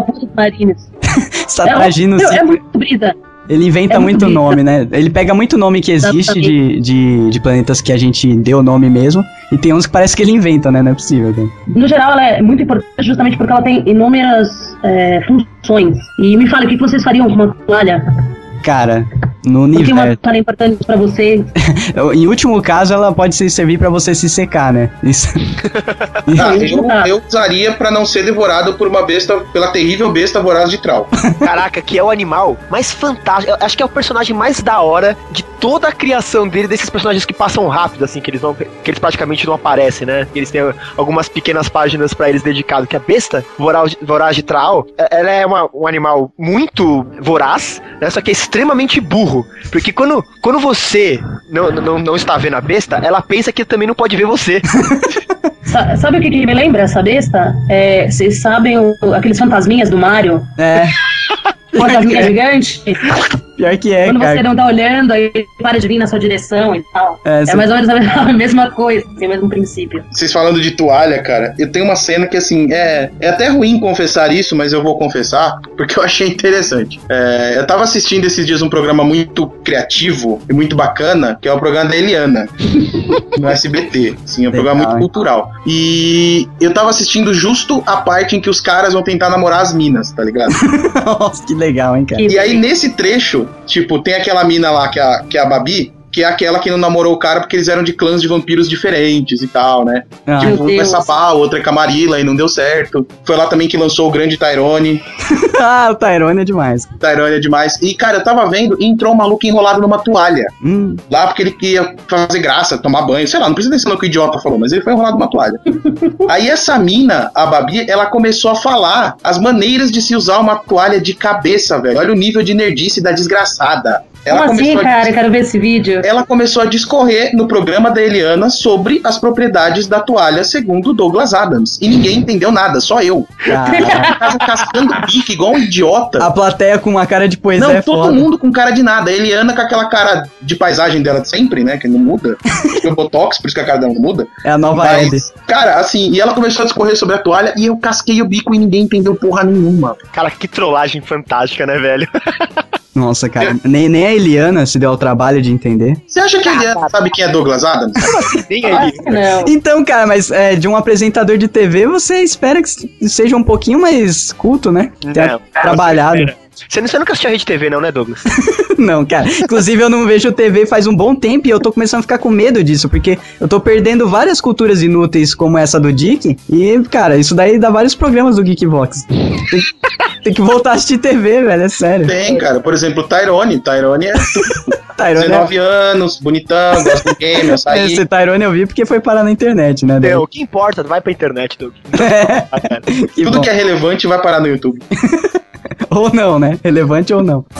Satragino 5. É muito brisa. Ele inventa muito nome, né? Ele pega muito nome que existe de planetas que a gente deu nome mesmo, e tem uns que parece que ele inventa, né? Não é possível. Né? No geral, ela é muito importante justamente porque ela tem inúmeras funções. E me fala, o que vocês fariam com uma toalha? Cara, no universo... Por que uma toalha é importante pra você? Em último caso, ela pode servir pra você se secar, né? Isso. Eu usaria pra não ser devorado por uma besta, pela terrível besta voraz de Trau. Caraca, que é o animal mais fantástico. Eu acho que é o personagem mais da hora de toda a criação dele, desses personagens que passam rápido, assim, que eles praticamente não aparecem, né? Eles têm algumas pequenas páginas pra eles dedicadas, que a besta voraz de Trau, ela é um animal muito voraz, né? Só que é extremamente burro, porque quando você não está vendo a besta, ela pensa que também não pode ver você. Sabe o que me lembra essa besta? Vocês sabem aqueles fantasminhas do Mario? Fantasminha gigante? Pior que é, quando cara. Você não tá olhando, aí ele para de vir na sua direção e tal. É mais ou menos a mesma coisa, assim, o mesmo princípio. Vocês falando de toalha, cara, eu tenho uma cena que, assim, é até ruim confessar isso, mas eu vou confessar, porque eu achei interessante. Eu tava assistindo esses dias um programa muito criativo e muito bacana, que é o programa da Eliana, no SBT. Assim, é um programa muito cultural. E eu tava assistindo justo a parte em que os caras vão tentar namorar as minas, tá ligado? Nossa, que legal, hein, cara. E aí, nesse trecho, tipo, tem aquela mina lá, que é a Babi, que é aquela que não namorou o cara porque eles eram de clãs de vampiros diferentes e tal, né? Tipo, um é Sapá, o outro é Camarilla e não deu certo. Foi lá também que lançou o grande Tyrone. O Tyrone é demais. Tyrone é demais. E, cara, eu tava vendo e entrou um maluco enrolado numa toalha. Lá porque ele queria fazer graça, tomar banho. Sei lá, não precisa desse louco idiota falou, mas ele foi enrolado numa toalha. Aí essa mina, a Babi, ela começou a falar as maneiras de se usar uma toalha de cabeça, velho. Olha o nível de nerdice da desgraçada. Como assim, cara? Eu quero ver esse vídeo. Ela começou a discorrer no programa da Eliana sobre as propriedades da toalha segundo Douglas Adams. E ninguém entendeu nada, só eu. Tava cascando bico igual um idiota. A plateia com uma cara de poesia. Não, todo mundo com cara de nada. A Eliana com aquela cara de paisagem dela de sempre, né? Que não muda. Foi botox, por isso que a cara dela não muda. É a nova Ed. Cara, assim, e ela começou a discorrer sobre a toalha e eu casquei o bico e ninguém entendeu porra nenhuma. Cara, que trollagem fantástica, né, velho? Nossa, cara, nem a Eliana se deu ao trabalho de entender. Você acha que a Eliana sabe quem é Douglas Adams? Não. Então, cara, mas de um apresentador de TV, você espera que seja um pouquinho mais culto, né? Tenha trabalhado. Você nunca assistiu a Rede TV, não, né, Douglas? Não, cara. Inclusive, eu não vejo TV faz um bom tempo e eu tô começando a ficar com medo disso, porque eu tô perdendo várias culturas inúteis como essa do Dick e, cara, isso daí dá vários programas do Geekvox. Tem que voltar a assistir TV, velho, é sério. Tem, cara. Por exemplo, Tyrone. Tyrone é... Tyrone 19 anos, bonitão, gosta do game, eu saí. Esse Tyrone eu vi porque foi parar na internet, né? Deu, o que importa, vai pra internet, Doug. Tudo que é relevante vai parar no YouTube. Ou não, né? Relevante ou não.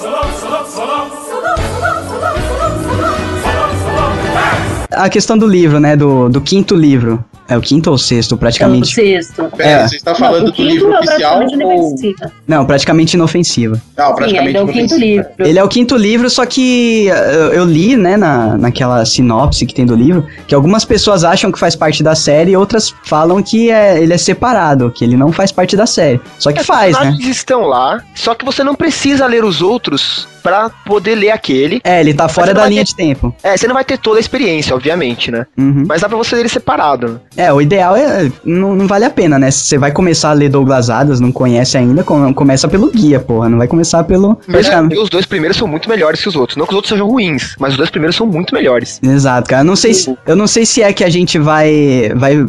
A questão do livro, né? Do quinto livro. É o quinto ou sexto, praticamente? É o sexto. Pera, você está falando do livro oficial ou... Não, praticamente inofensiva. Não, praticamente é o quinto livro. Ele é o quinto livro, só que eu li, né, naquela sinopse que tem do livro, que algumas pessoas acham que faz parte da série e outras falam que ele é separado, que ele não faz parte da série. Só que faz, né? Os estão lá, só que você não precisa ler os outros pra poder ler aquele. Ele tá fora da linha de tempo. Você não vai ter toda a experiência, obviamente, né? Uhum. Mas dá pra você ler ele separado. O ideal não vale a pena, né? Se você vai começar a ler Douglas Adams, não conhece ainda, começa pelo guia, porra. Não vai começar pelo... Os dois primeiros são muito melhores que os outros. Não que os outros sejam ruins, mas os dois primeiros são muito melhores. Exato, cara. Eu não sei se é que a gente vai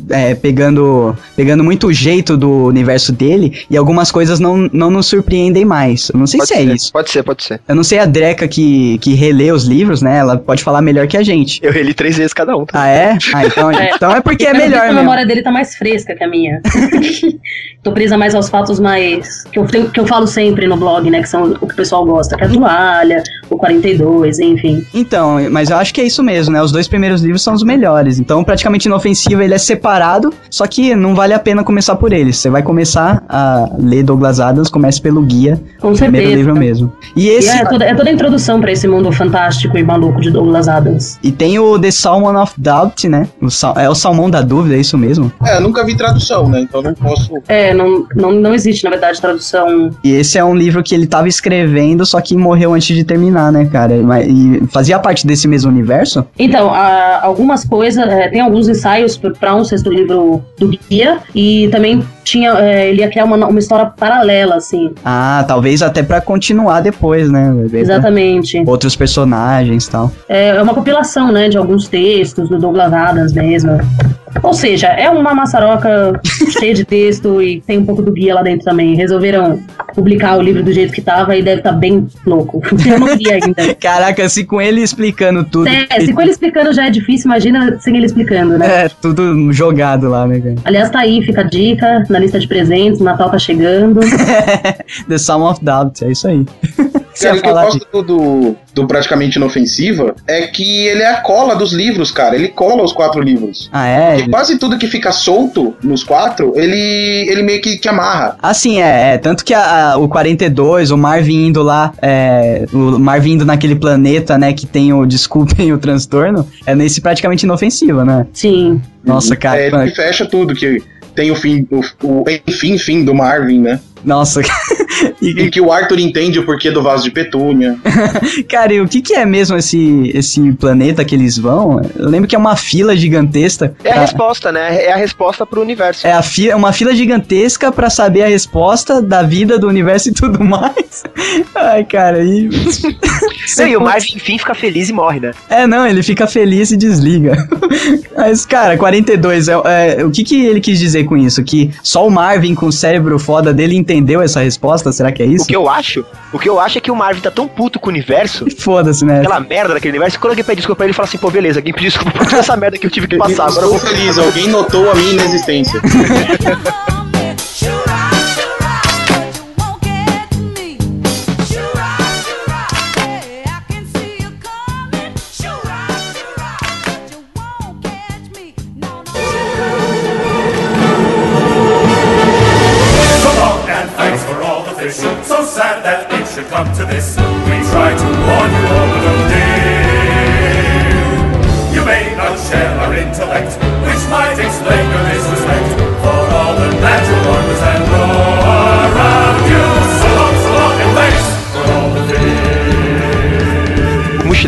pegando muito o jeito do universo dele e algumas coisas não nos surpreendem mais. Eu não sei se é isso. Pode ser. Eu não sei a Dreca que relê os livros, né? Ela pode falar melhor que a gente. Eu reli 3 vezes cada um. Ah, é? Então é porque é melhor mesmo. A memória dele tá mais fresca que a minha. Tô presa mais aos fatos mais... Que eu falo sempre no blog, né? Que são o que o pessoal gosta. Que é a Toalha, o 42, enfim. Então, mas eu acho que é isso mesmo, né? Os 2 primeiros livros são os melhores. Então, praticamente Inofensiva, ele é separado, só que não vale a pena começar por ele. Você vai começar a ler Douglas Adams, comece pelo guia. Com certeza. Primeiro livro mesmo. E esse... É toda a introdução pra esse mundo fantástico e maluco de Douglas Adams. E tem o The Salmon of Doubt, né? É o Salmão da Dúvida, é isso mesmo? Eu nunca vi tradução, né? Então não posso... Não existe, na verdade, tradução. E esse é um livro que ele tava escrevendo, só que morreu antes de terminar, né, cara? E fazia parte desse mesmo universo? Então, algumas coisas... tem alguns ensaios pra um sexto livro do guia, e também ele ia criar uma história paralela, assim. Ah, talvez até pra continuar depois, né? Exatamente. Outros personagens e tal. É uma compilação, né, de alguns textos do Douglas Adams mesmo. Ou seja, é uma maçaroca cheia de texto e tem um pouco do guia lá dentro também. Resolveram publicar o livro do jeito que tava e deve estar bem louco. Eu não vi ainda. Caraca, se com ele explicando tudo... Se com ele explicando já é difícil, imagina sem ele explicando, né? Tudo jogado lá, né, cara? Aliás, tá aí, fica a dica na lista de presentes, o Natal tá chegando. The Salmon of Doubt, é isso aí. Cara, o que eu gosto do Praticamente Inofensiva é que ele é a cola dos livros, cara. Ele cola os 4 livros. Ah, é? E quase tudo que fica solto nos 4, ele meio que amarra. Ah, sim, tanto que o 42, o Marvin indo lá, o Marvin indo naquele planeta, né, que tem o Desculpem o Transtorno, é nesse Praticamente Inofensiva, né? Sim. Nossa, cara. Ele fecha tudo, que tem o fim, fim do Marvin, né? Nossa. E que o Arthur entende o porquê do vaso de petúnia. Cara, e o que é mesmo esse planeta que eles vão? Eu lembro que é uma fila gigantesca. É a resposta, né? É a resposta pro universo. É uma fila gigantesca pra saber a resposta da vida, do universo e tudo mais. Ai, cara, e o Marvin, enfim, fica feliz e morre, né? Não, ele fica feliz e desliga. Mas, cara, 42, o que ele quis dizer com isso? Que só o Marvin, com o cérebro foda dele, entendeu essa resposta? Será que é isso? O que eu acho é que o Marvin tá tão puto com o universo. Foda-se, né? Aquela merda daquele universo. Quando alguém pede desculpa pra ele, fala assim, pô, beleza, alguém pediu desculpa por toda essa merda que eu tive que passar. Agora eu vou feliz, alguém notou a minha inexistência. So sad that it should come to this. We try to warn you all, but oh dear, you may not share our intellect, which might explain your disrespect for all the natural wonders that grow around you. So long, and thanks for all the things.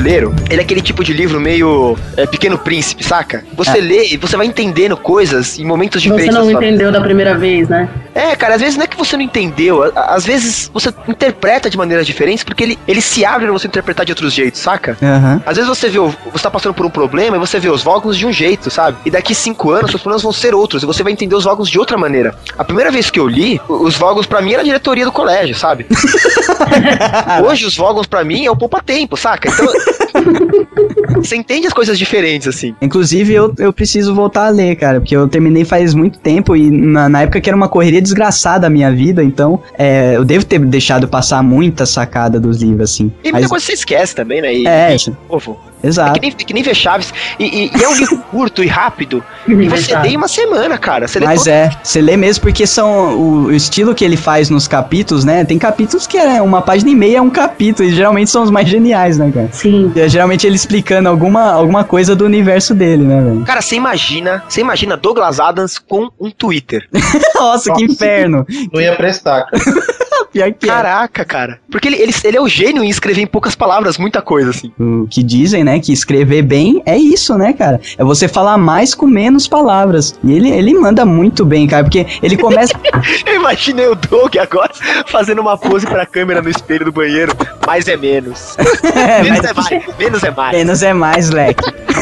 brasileiro, ele é aquele tipo de livro meio Pequeno Príncipe, saca? Você lê e você vai entendendo coisas em momentos diferentes. Você não entendeu da primeira vez, né? Cara, às vezes não é que você não entendeu, às vezes você interpreta de maneiras diferentes porque ele se abre pra você interpretar de outros jeitos, saca? Aham. Às vezes você tá passando por um problema e você vê os Vogons de um jeito, sabe? E daqui 5 anos seus problemas vão ser outros e você vai entender os Vogons de outra maneira. A primeira vez que eu li, os Vogons pra mim era a diretoria do colégio, sabe? Hoje os Vogons pra mim é o poupa-tempo, saca? Então você entende as coisas diferentes, assim. Inclusive, eu preciso voltar a ler, cara, porque eu terminei faz muito tempo e na época que era uma correria desgraçada a minha vida, então eu devo ter deixado passar muita sacada dos livros, assim. E muita coisa você esquece também, né? Povo. Exato. É que nem ver Chaves. E é um livro curto e rápido. E você lê em uma semana, cara. Você lê mesmo porque são o estilo que ele faz nos capítulos, né? Tem capítulos que é uma página e meia, é um capítulo. E geralmente são os mais geniais, né, cara? Sim. E geralmente ele explicando alguma coisa do universo dele, né, velho? Cara, você imagina Douglas Adams com um Twitter. Nossa, que inferno. Não ia prestar, cara. Pior que Caraca, cara. Porque ele é o gênio em escrever em poucas palavras, muita coisa, assim. O que dizem, né, que escrever bem é isso, né, cara? É você falar mais com menos palavras. E ele manda muito bem, cara, porque ele começa... Eu imaginei o Doug agora fazendo uma pose pra câmera no espelho do banheiro. Mais é menos. Menos é mais. Menos é mais. Menos é mais, leque.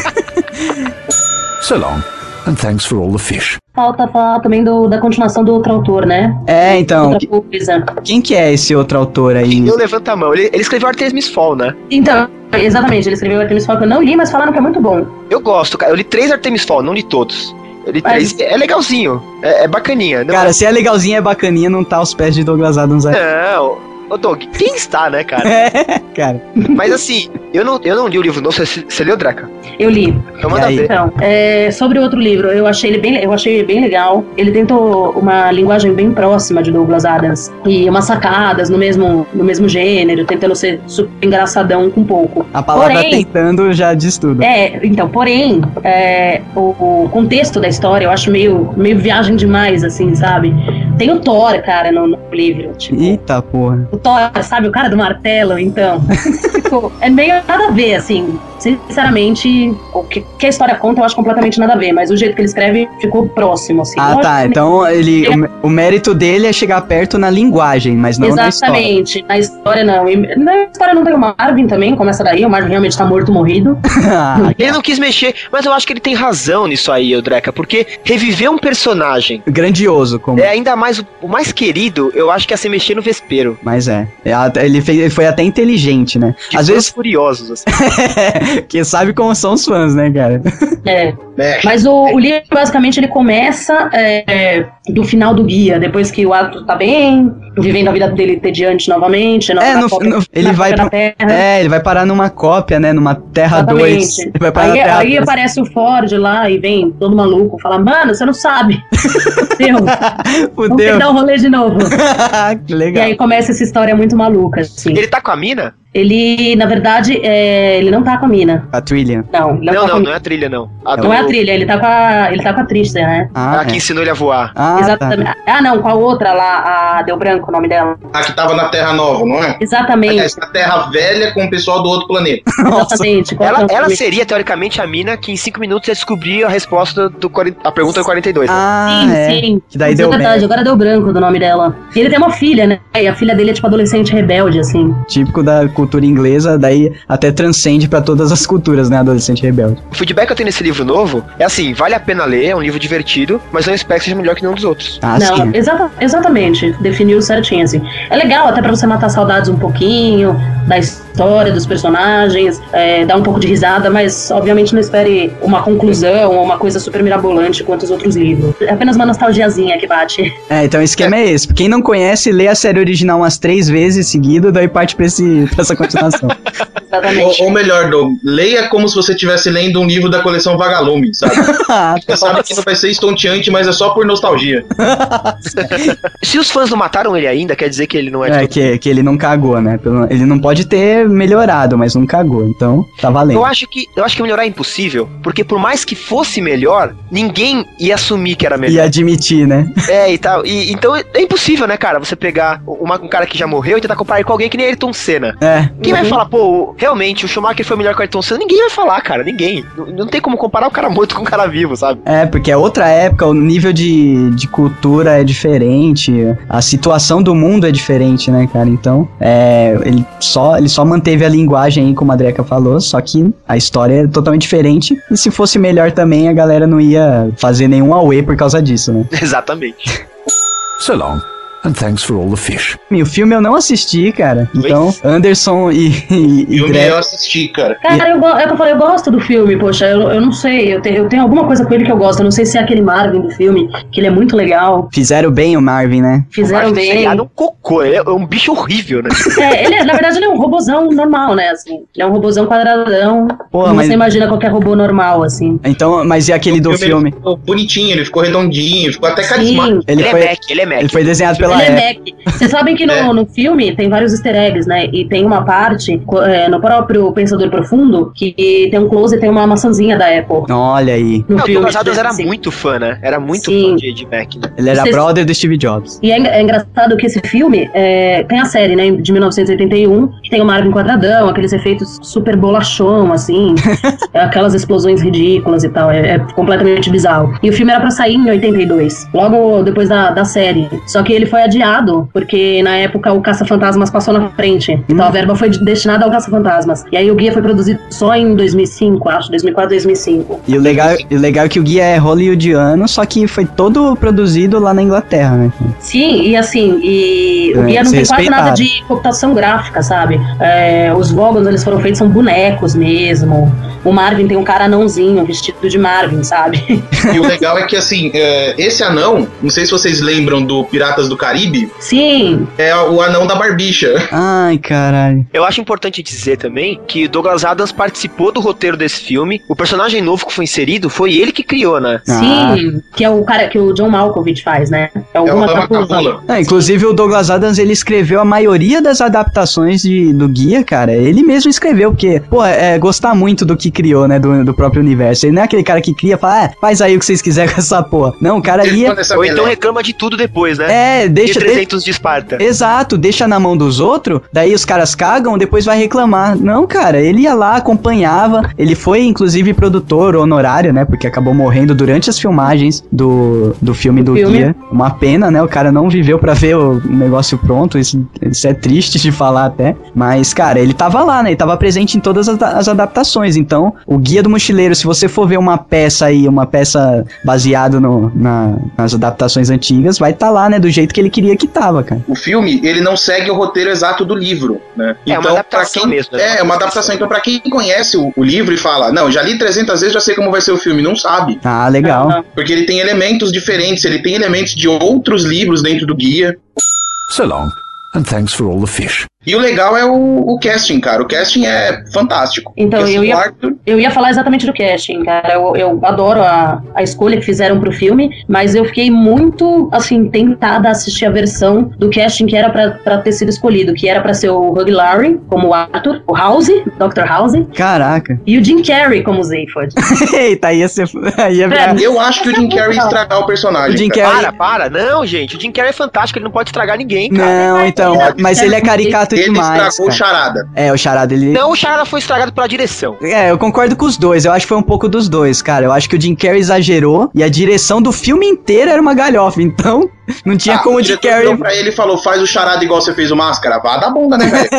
So long, and thanks for all the fish. Falta falar também da continuação do outro autor, né? Então, Outra coisa. quem que é esse outro autor aí? Eu levanto a mão. Ele escreveu Artemis Fall, né? Então, exatamente, ele escreveu Artemis Fall, que eu não li, mas falaram que é muito bom. Eu gosto, cara. Eu li 3 Artemis Fall, não li todos. Eu li 3. É legalzinho. É bacaninha. Não cara, se é legalzinho, é bacaninha, não tá aos pés de Douglas Adams aí. Não... Ô, Doug, quem está, né, cara? Cara. Mas assim, eu não li o livro novo. Você leu, Draca? Eu li. Então manda ver. Então, sobre o outro livro, eu achei bem legal. Ele tentou uma linguagem bem próxima de Douglas Adams. E umas sacadas no mesmo gênero, tentando ser super engraçadão com um pouco. A palavra tentando já diz tudo. Porém, o contexto da história eu acho meio viagem demais, assim, sabe? Tem o Thor, cara, no livro. Tipo, eita porra. O Thor, sabe? O cara do martelo, então. Tipo, é meio nada a ver, assim. Sinceramente, o que a história conta eu acho completamente nada a ver, mas o jeito que ele escreve ficou próximo, assim. Tá. Então o mérito dele é chegar perto na linguagem, mas não na história. Exatamente. Na história não. E na história não tem o Marvin também, começa daí. O Marvin realmente tá morrido. Ele não quis mexer, mas eu acho que ele tem razão nisso aí, Dreca, porque reviver um personagem grandioso, como ainda mais o mais querido, eu acho que é se mexer no vespeiro. Mas ele foi até inteligente, né? Às vezes furiosos, assim. Que sabe como são os fãs, né, cara? Mas o livro, basicamente, ele começa do final do guia, depois que o Arthur tá bem, vivendo a vida dele tediante novamente. Ele vai parar numa cópia, né, numa Terra 2. Aí aparece o Ford lá e vem todo maluco, fala, mano, você não sabe. Vamos ter que dar um rolê de novo. Que legal. E aí começa essa história muito maluca, assim. Ele tá com a mina? Ele, na verdade, ele não tá com a mina. A Trilha? Não é a Trilha, não. Não é a Trilha, ele tá com a Trister, né? Que ensinou ele a voar. Exatamente. Tá. Não, com a outra lá, a Deu Branco, o nome dela. A que tava na Terra Nova, não é? Exatamente. Aliás, na Terra Velha com o pessoal do outro planeta. Exatamente. Ela seria, teoricamente, a mina que em 5 minutos ia descobrir a resposta a pergunta do 42. Sim. Que daí deu verdade, agora Deu Branco do nome dela. E ele tem uma filha, né? E a filha dele é tipo adolescente rebelde, assim. Típico da cultura inglesa, daí até transcende pra todas as culturas, né? Adolescente rebelde. O feedback que eu tenho nesse livro novo é assim, vale a pena ler, é um livro divertido, mas não espero que seja melhor que nenhum dos outros. Não, exatamente, definiu certinho, assim. É legal até pra você matar saudades um pouquinho da história, dos personagens, dar um pouco de risada, mas obviamente não espere uma conclusão ou uma coisa super mirabolante quanto os outros livros. É apenas uma nostalgiazinha que bate. Então o esquema é esse. Quem não conhece, lê a série original umas 3 vezes seguido, daí parte pra essa continuação. Exatamente. Ou melhor, Doug, leia como se você estivesse lendo um livro da coleção Vagalume, sabe? Você sabe que não vai ser estonteante, mas é só por nostalgia. Se os fãs não mataram ele ainda, quer dizer que ele não é... que ele não cagou, né? Ele não pode ter melhorado, mas não cagou, então tá valendo. Eu acho que melhorar é impossível, porque por mais que fosse melhor, ninguém ia assumir que era melhor. Ia admitir, né? E tal. Então é impossível, né, cara? Você pegar um cara que já morreu e tentar comparar ele com alguém que nem Ayrton Senna. Quem vai falar, pô, realmente, o Schumacher foi melhor que o Ayrton Senna? Ninguém vai falar, cara, ninguém. Não tem como comparar o cara morto com o cara vivo, sabe? Porque é outra época, o nível de cultura é diferente, a situação do mundo é diferente, né, cara? Então, ele só manteve a linguagem aí, como a Dreca falou, só que a história é totalmente diferente, e se fosse melhor também, a galera não ia fazer nenhum auê por causa disso, né? Exatamente. So long, and thanks for all the fish. E o filme eu não assisti, cara. Então, Anderson e Dreca... eu assisti, cara. Cara, é que eu falei, eu gosto do filme, poxa, eu não sei, eu tenho alguma coisa com ele que eu gosto, eu não sei se é aquele Marvin do filme, que ele é muito legal. Fizeram bem o Marvin, né? Fizeram bem. É um cocô, ele é um bicho horrível, né? Na verdade, ele é um robozão normal, né, assim. Ele é um robozão quadradão. Mas... Você imagina qualquer robô normal, assim. Então, mas e aquele do filme? Ele ficou bonitinho, ele ficou redondinho, ficou até carismático. Ele é Mac. Ele foi desenhado pela Vocês sabem que no filme tem vários easter eggs, né? E tem uma parte, no próprio Pensador Profundo, que tem um close e tem uma maçãzinha da Apple. Olha aí. No filme, Douglas Adams era muito fã, né? Era muito fã de Mac, né? Ele era brother do Steve Jobs. E é engraçado que esse filme tem a série, né? De 1981, que tem o Marvin quadradão, aqueles efeitos super bolachão, assim. Aquelas explosões ridículas e tal. É completamente bizarro. E o filme era pra sair em 82, logo depois da série. Só que ele foi adiado, porque na época o Caça-Fantasmas passou na frente. Então a verba foi destinada ao Caça-Fantasmas. E aí o Guia foi produzido só em 2005, acho. 2004, 2005. E o legal é que o Guia é hollywoodiano, só que foi todo produzido lá na Inglaterra, né? Sim, e assim, o Guia não tem quase nada de computação gráfica, sabe? Os Vogons, eles foram feitos, são bonecos mesmo. O Marvin tem um cara anãozinho, vestido de Marvin, sabe? E o legal é que, assim, esse anão, não sei se vocês lembram do Piratas do Caribe. Sim. É o anão da barbicha. Ai, caralho. Eu acho importante dizer também que Douglas Adams participou do roteiro desse filme. O personagem novo que foi inserido foi ele que criou, né? Sim, que é o cara que o John Malkovich faz, né? É o Rama-Capula. Inclusive o Douglas Adams, ele escreveu a maioria das adaptações do Guia, cara. Ele mesmo escreveu, porque, gostar muito do que criou, né? Do próprio universo. Ele não é aquele cara que cria e fala, faz aí o que vocês quiserem com essa porra. Não, o cara ia... Ou então reclama de tudo depois, né? Deixa... 300 de Esparta. Exato, deixa na mão dos outros, daí os caras cagam, depois vai reclamar. Não, cara, ele ia lá, acompanhava, ele foi inclusive produtor honorário, né, porque acabou morrendo durante as filmagens do filme do Guia. Uma pena, né, o cara não viveu pra ver o negócio pronto, isso é triste de falar até, mas, cara, ele tava lá, né, ele tava presente em todas as adaptações, então, o Guia do Mochileiro, se você for ver uma peça baseada nas adaptações antigas, vai estar lá, né, do jeito que ele queria que tava, cara. O filme, ele não segue o roteiro exato do livro, né? Então, uma adaptação mesmo. É uma adaptação. Então, pra quem conhece o livro e fala, não, já li 300 vezes, já sei como vai ser o filme, não sabe. Ah, legal. Porque ele tem elementos diferentes, ele tem elementos de outros livros dentro do Guia. So long, and thanks for all the fish. E o legal é o casting, cara. O casting é fantástico. Então, eu ia falar exatamente do casting, cara. Eu adoro a escolha que fizeram pro filme, mas eu fiquei muito, assim, tentada a assistir a versão do casting que era pra ter sido escolhido, que era pra ser o Hugh Laurie como o Arthur, o House, Dr. House. Caraca. E o Jim Carrey como o Zaphod. Eita, ia ser... Eu acho que o Jim Carrey ia estragar o personagem. O Jim Carrey... Para. Não, gente. O Jim Carrey é fantástico, ele não pode estragar ninguém, cara. Não, então... Mas ele é caricato ele demais, estragou o Charada. O Charada, ele... Não, o Charada foi estragado pela direção. Eu concordo com os dois. Eu acho que foi um pouco dos dois, cara. Eu acho que o Jim Carrey exagerou e a direção do filme inteiro era uma galhofa. Então, não tinha como o Jim Carrey... Pra ele falou, faz o Charada igual você fez o Máscara. Vá dar bunda, né, velho?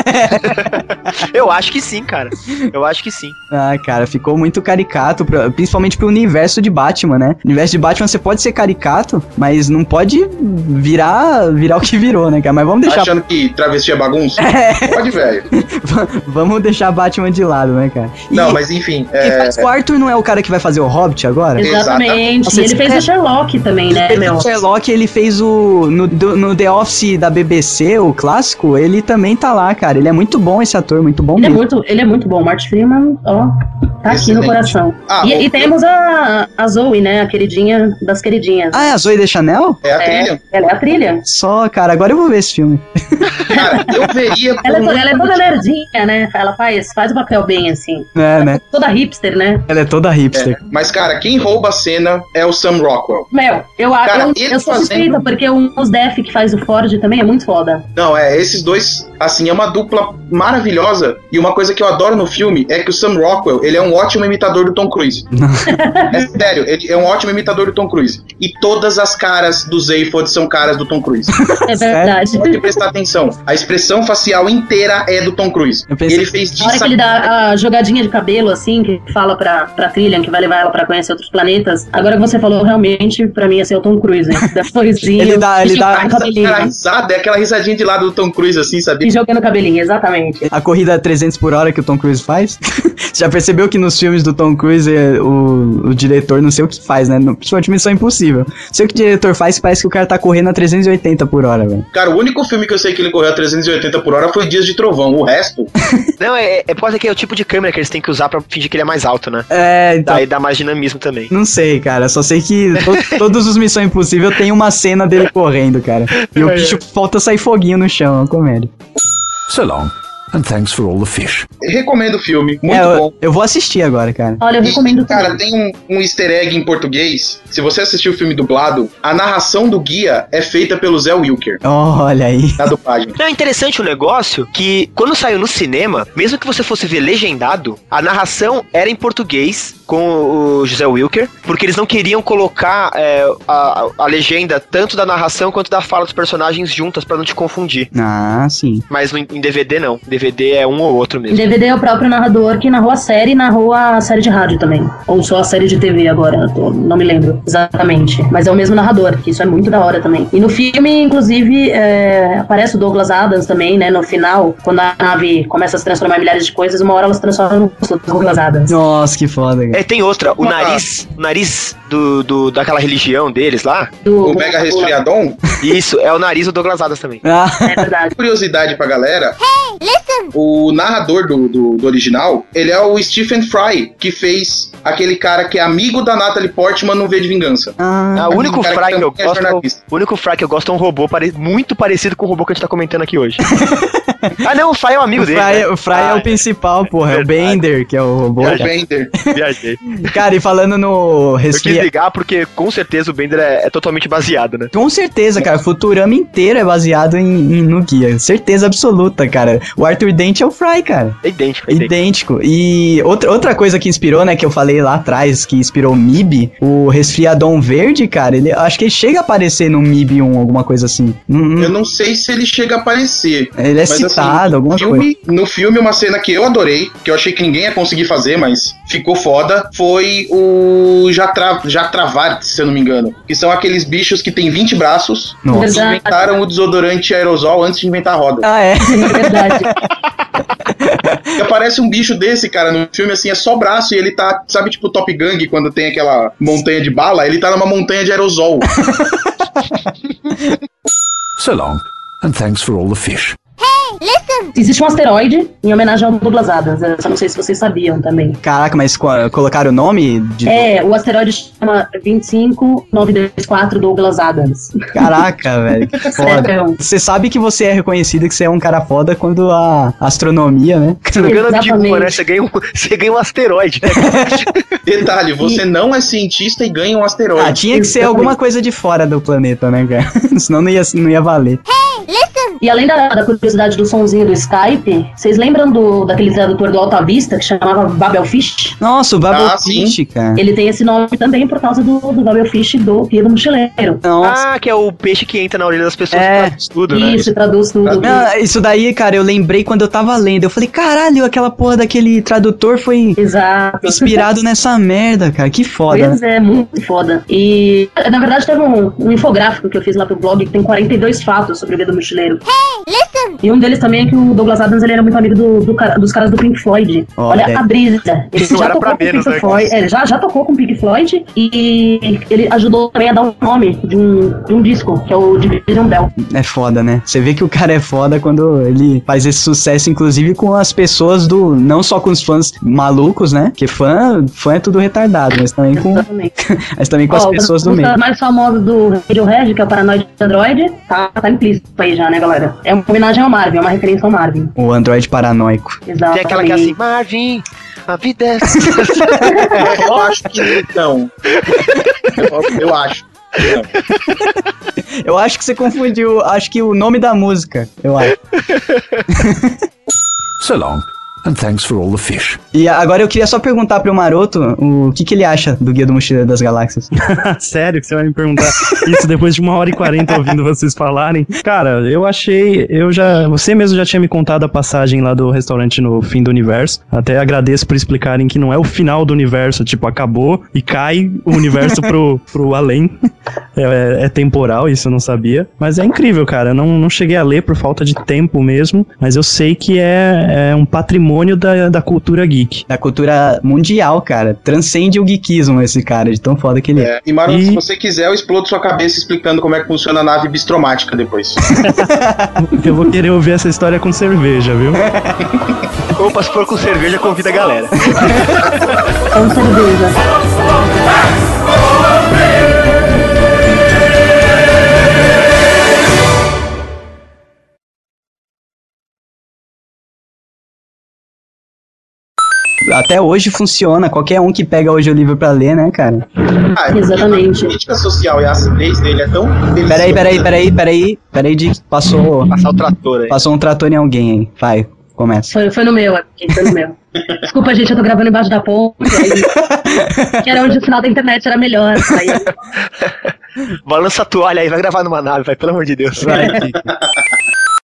Eu acho que sim, cara. Eu acho que sim. Ah, cara, ficou muito caricato, principalmente pro universo de Batman, né? No universo de Batman você pode ser caricato, mas não pode virar o que virou, né, cara? Mas vamos deixar... Achando que travesti é bagunça? Pode, velho. Vamos deixar Batman de lado, né, cara? Não, mas enfim... O Arthur não é o cara que vai fazer o Hobbit agora? Exatamente. E ele fez o Sherlock também, né, meu? O Sherlock, ele fez no The Office da BBC, o clássico, ele também tá lá, cara. Ele é muito bom, esse ator, muito bom mesmo. Ele é muito bom. O Martin Freeman, ó, tá aqui no coração. E temos a Zoe, né, a queridinha das queridinhas. Ah, é a Zoe Deschanel? É a trilha. Ela é a trilha. Só, cara, agora eu vou ver esse filme. Cara, eu veria... Ela é toda nerdinha, né? Ela faz o papel bem, assim. Né? Toda hipster, né? Ela é toda hipster. Mas, cara, quem rouba a cena é o Sam Rockwell. Eu sou suspeita, porque o Mos Def que faz o Ford também é muito foda. Não, esses dois, assim, é uma dupla maravilhosa. maravilhosa. E uma coisa que eu adoro no filme é que o Sam Rockwell, ele é um ótimo imitador do Tom Cruise. É sério, ele é um ótimo imitador do Tom Cruise. E todas as caras do Zaphod são caras do Tom Cruise. É verdade. Pode prestar atenção. A expressão facial inteira é do Tom Cruise. E ele fez disso. Na hora que ele dá a jogadinha de cabelo, assim, que fala pra Trillian, que vai levar ela pra conhecer outros planetas. Agora que você falou, realmente, pra mim, é o Tom Cruise, hein? Da florzinha. Ele dá aquela risada, é aquela risadinha de lado do Tom Cruise, assim, sabe? E jogando cabelinho, exatamente. A corrida a 300 por hora que o Tom Cruise faz. Você já percebeu que nos filmes do Tom Cruise, o diretor não sei o que faz, né? Principalmente Missão Impossível. Não sei o que o diretor faz, que parece que o cara tá correndo a 380 por hora, velho. Cara, o único filme que eu sei que ele correu a 380 por hora foi Dias de Trovão. O resto... Não, é por causa que é o tipo de câmera que eles têm que usar pra fingir que ele é mais alto, né? Então... Daí dá mais dinamismo também. Não sei, cara. Só sei que todos os Missão Impossível tem uma cena dele correndo, cara. E o bicho falta sair foguinho no chão, é uma comédia. So long, and thanks for all the fish. Recomendo o filme, muito bom. Eu vou assistir agora, cara. Olha, eu recomendo. Cara, tem um easter egg em português. Se você assistir o filme dublado, a narração do guia é feita pelo Zé Wilker. Olha aí. Na dublagem. Não, é interessante o negócio que, quando saiu no cinema, mesmo que você fosse ver legendado, a narração era em português com o José Wilker, porque eles não queriam colocar a legenda tanto da narração quanto da fala dos personagens juntas pra não te confundir. Ah, sim. Mas em DVD não. DVD é um ou outro mesmo. Em DVD é o próprio narrador que narrou a série e narrou a série de rádio também. Ou só a série de TV agora, não me lembro exatamente. Mas é o mesmo narrador, que isso é muito da hora também. E no filme, inclusive, aparece o Douglas Adams também, né? No final, quando a nave começa a se transformar em milhares de coisas, uma hora ela se transforma no Douglas Adams. Nossa, que foda, cara. Tem outra, o nariz daquela religião deles lá. O Mega Resfriadon? Isso, é o nariz do Douglas Adams também. É verdade. Curiosidade pra galera. O narrador do original, ele é o Stephen Fry, que fez aquele cara que é amigo da Natalie Portman no V de Vingança. O único Fry que eu gosto é um robô muito parecido com o robô que a gente tá comentando aqui hoje. Não, o Fry é um amigo dele. Né? O Fry é o principal, porra. É o Bender, que é o robô. É o Bender. Viajei. Cara, e falando no... Eu quis ligar porque, com certeza, o Bender é totalmente baseado, né? Com certeza, cara. O Futurama inteiro é baseado no guia. Certeza absoluta, cara. O Arthur Dent é o Fry, cara. É idêntico. Idêntico. E outra coisa que inspirou, né, que eu falei lá atrás, que inspirou o MIB, o Resfriadão Verde, cara, acho que ele chega a aparecer no MIB 1, alguma coisa assim. Eu não sei se ele chega a aparecer. Ele é citado, assim, alguma coisa. No filme, uma cena que eu adorei, que eu achei que ninguém ia conseguir fazer, mas ficou foda, foi o Jatravar, se eu não me engano. Que são aqueles bichos que tem 20 braços. Nossa. E inventaram o desodorante aerosol antes de inventar a roda. É verdade. E aparece um bicho desse, cara, no filme, assim, é só braço e ele tá, sabe, tipo Top Gun, quando tem aquela montanha de bala, ele tá numa montanha de aerosol. So long, and thanks for all the fish. Existe um asteroide em homenagem ao Douglas Adams. Eu só não sei se vocês sabiam também. Caraca, mas colocaram o nome? O asteroide chama 25924 Douglas Adams. Caraca, velho, que foda. Você sabe que você é reconhecido, que você é um cara foda quando a astronomia, né? Você não ganha de uma, né? Você ganha um asteroide, né? Detalhe, você não é cientista e ganha um asteroide. Tinha que ser alguma coisa de fora do planeta, né, cara? Senão não ia valer. E além da curiosidade do sonzinho do Skype, vocês lembram daquele tradutor do Alta Vista que chamava Babelfish? Nossa, o Babelfish, cara. Ele tem esse nome também por causa do Babelfish do Guia do Mochileiro. Nossa. Que é o peixe que entra na orelha das pessoas e traduz tudo, né? Isso, traduz tudo. Isso daí, cara, eu lembrei quando eu tava lendo. Eu falei, caralho, aquela porra daquele tradutor foi inspirado nessa merda, cara. Que foda. Pois é, muito foda. E, na verdade, teve um infográfico que eu fiz lá pro blog que tem 42 fatos sobre o Guia do Mochileiro. E um deles também é que o Douglas Adams ele era muito amigo dos caras do Pink Floyd. Olha a brisa. Ele já tocou com Pink Floyd. Ele já tocou com Pink Floyd e ele ajudou também a dar um nome de um disco, que é o Division Bell. É foda, né? Você vê que o cara é foda quando ele faz esse sucesso, inclusive com as pessoas não só com os fãs malucos, né? Porque fã é tudo retardado, mas também mas também com as pessoas do meio. O mais famoso do Radiohead, que é o Paranoid Android, tá implícito aí já, né, galera? É uma homenagem ao Marvin, é uma referência ao Marvin. O Android paranoico. Exato. Tem aquela que é assim, Marvin, a vida é... Eu acho que não. Eu acho. Eu acho que você confundiu, acho que o nome da música, eu acho. So long, and thanks for all the fish. E agora eu queria só perguntar pro Maroto o que ele acha do Guia do Mochileiro das Galáxias. Sério que você vai me perguntar isso depois de 1h40 ouvindo vocês falarem? Cara, você mesmo já tinha me contado a passagem lá do restaurante no fim do universo. Até agradeço por explicarem que não é o final do universo, tipo, acabou e cai o universo pro além. É temporal, isso eu não sabia. Mas é incrível, cara. Eu não cheguei a ler por falta de tempo mesmo, mas eu sei que é um patrimônio da cultura geek. Da cultura mundial, cara. Transcende o geekismo esse cara, de tão foda que ele é. E Maroto, se você quiser, eu explodo sua cabeça explicando como é que funciona a nave bistromática depois. Eu vou querer ouvir essa história com cerveja, viu? Opa, se for com cerveja, convida a galera. Com cerveja. Até hoje funciona, qualquer um que pega hoje o livro pra ler, né, cara? Exatamente. A crítica social e a acidez dele é tão... Peraí, Dick, passou... Passar o trator aí. Passou um trator em alguém aí, vai, começa. Foi no meu aqui, foi no meu. Desculpa, gente, eu tô gravando embaixo da ponte, aí, que era onde o sinal da internet era melhor. Aí. Balança a toalha aí, vai gravar numa nave, vai, pelo amor de Deus. Vai,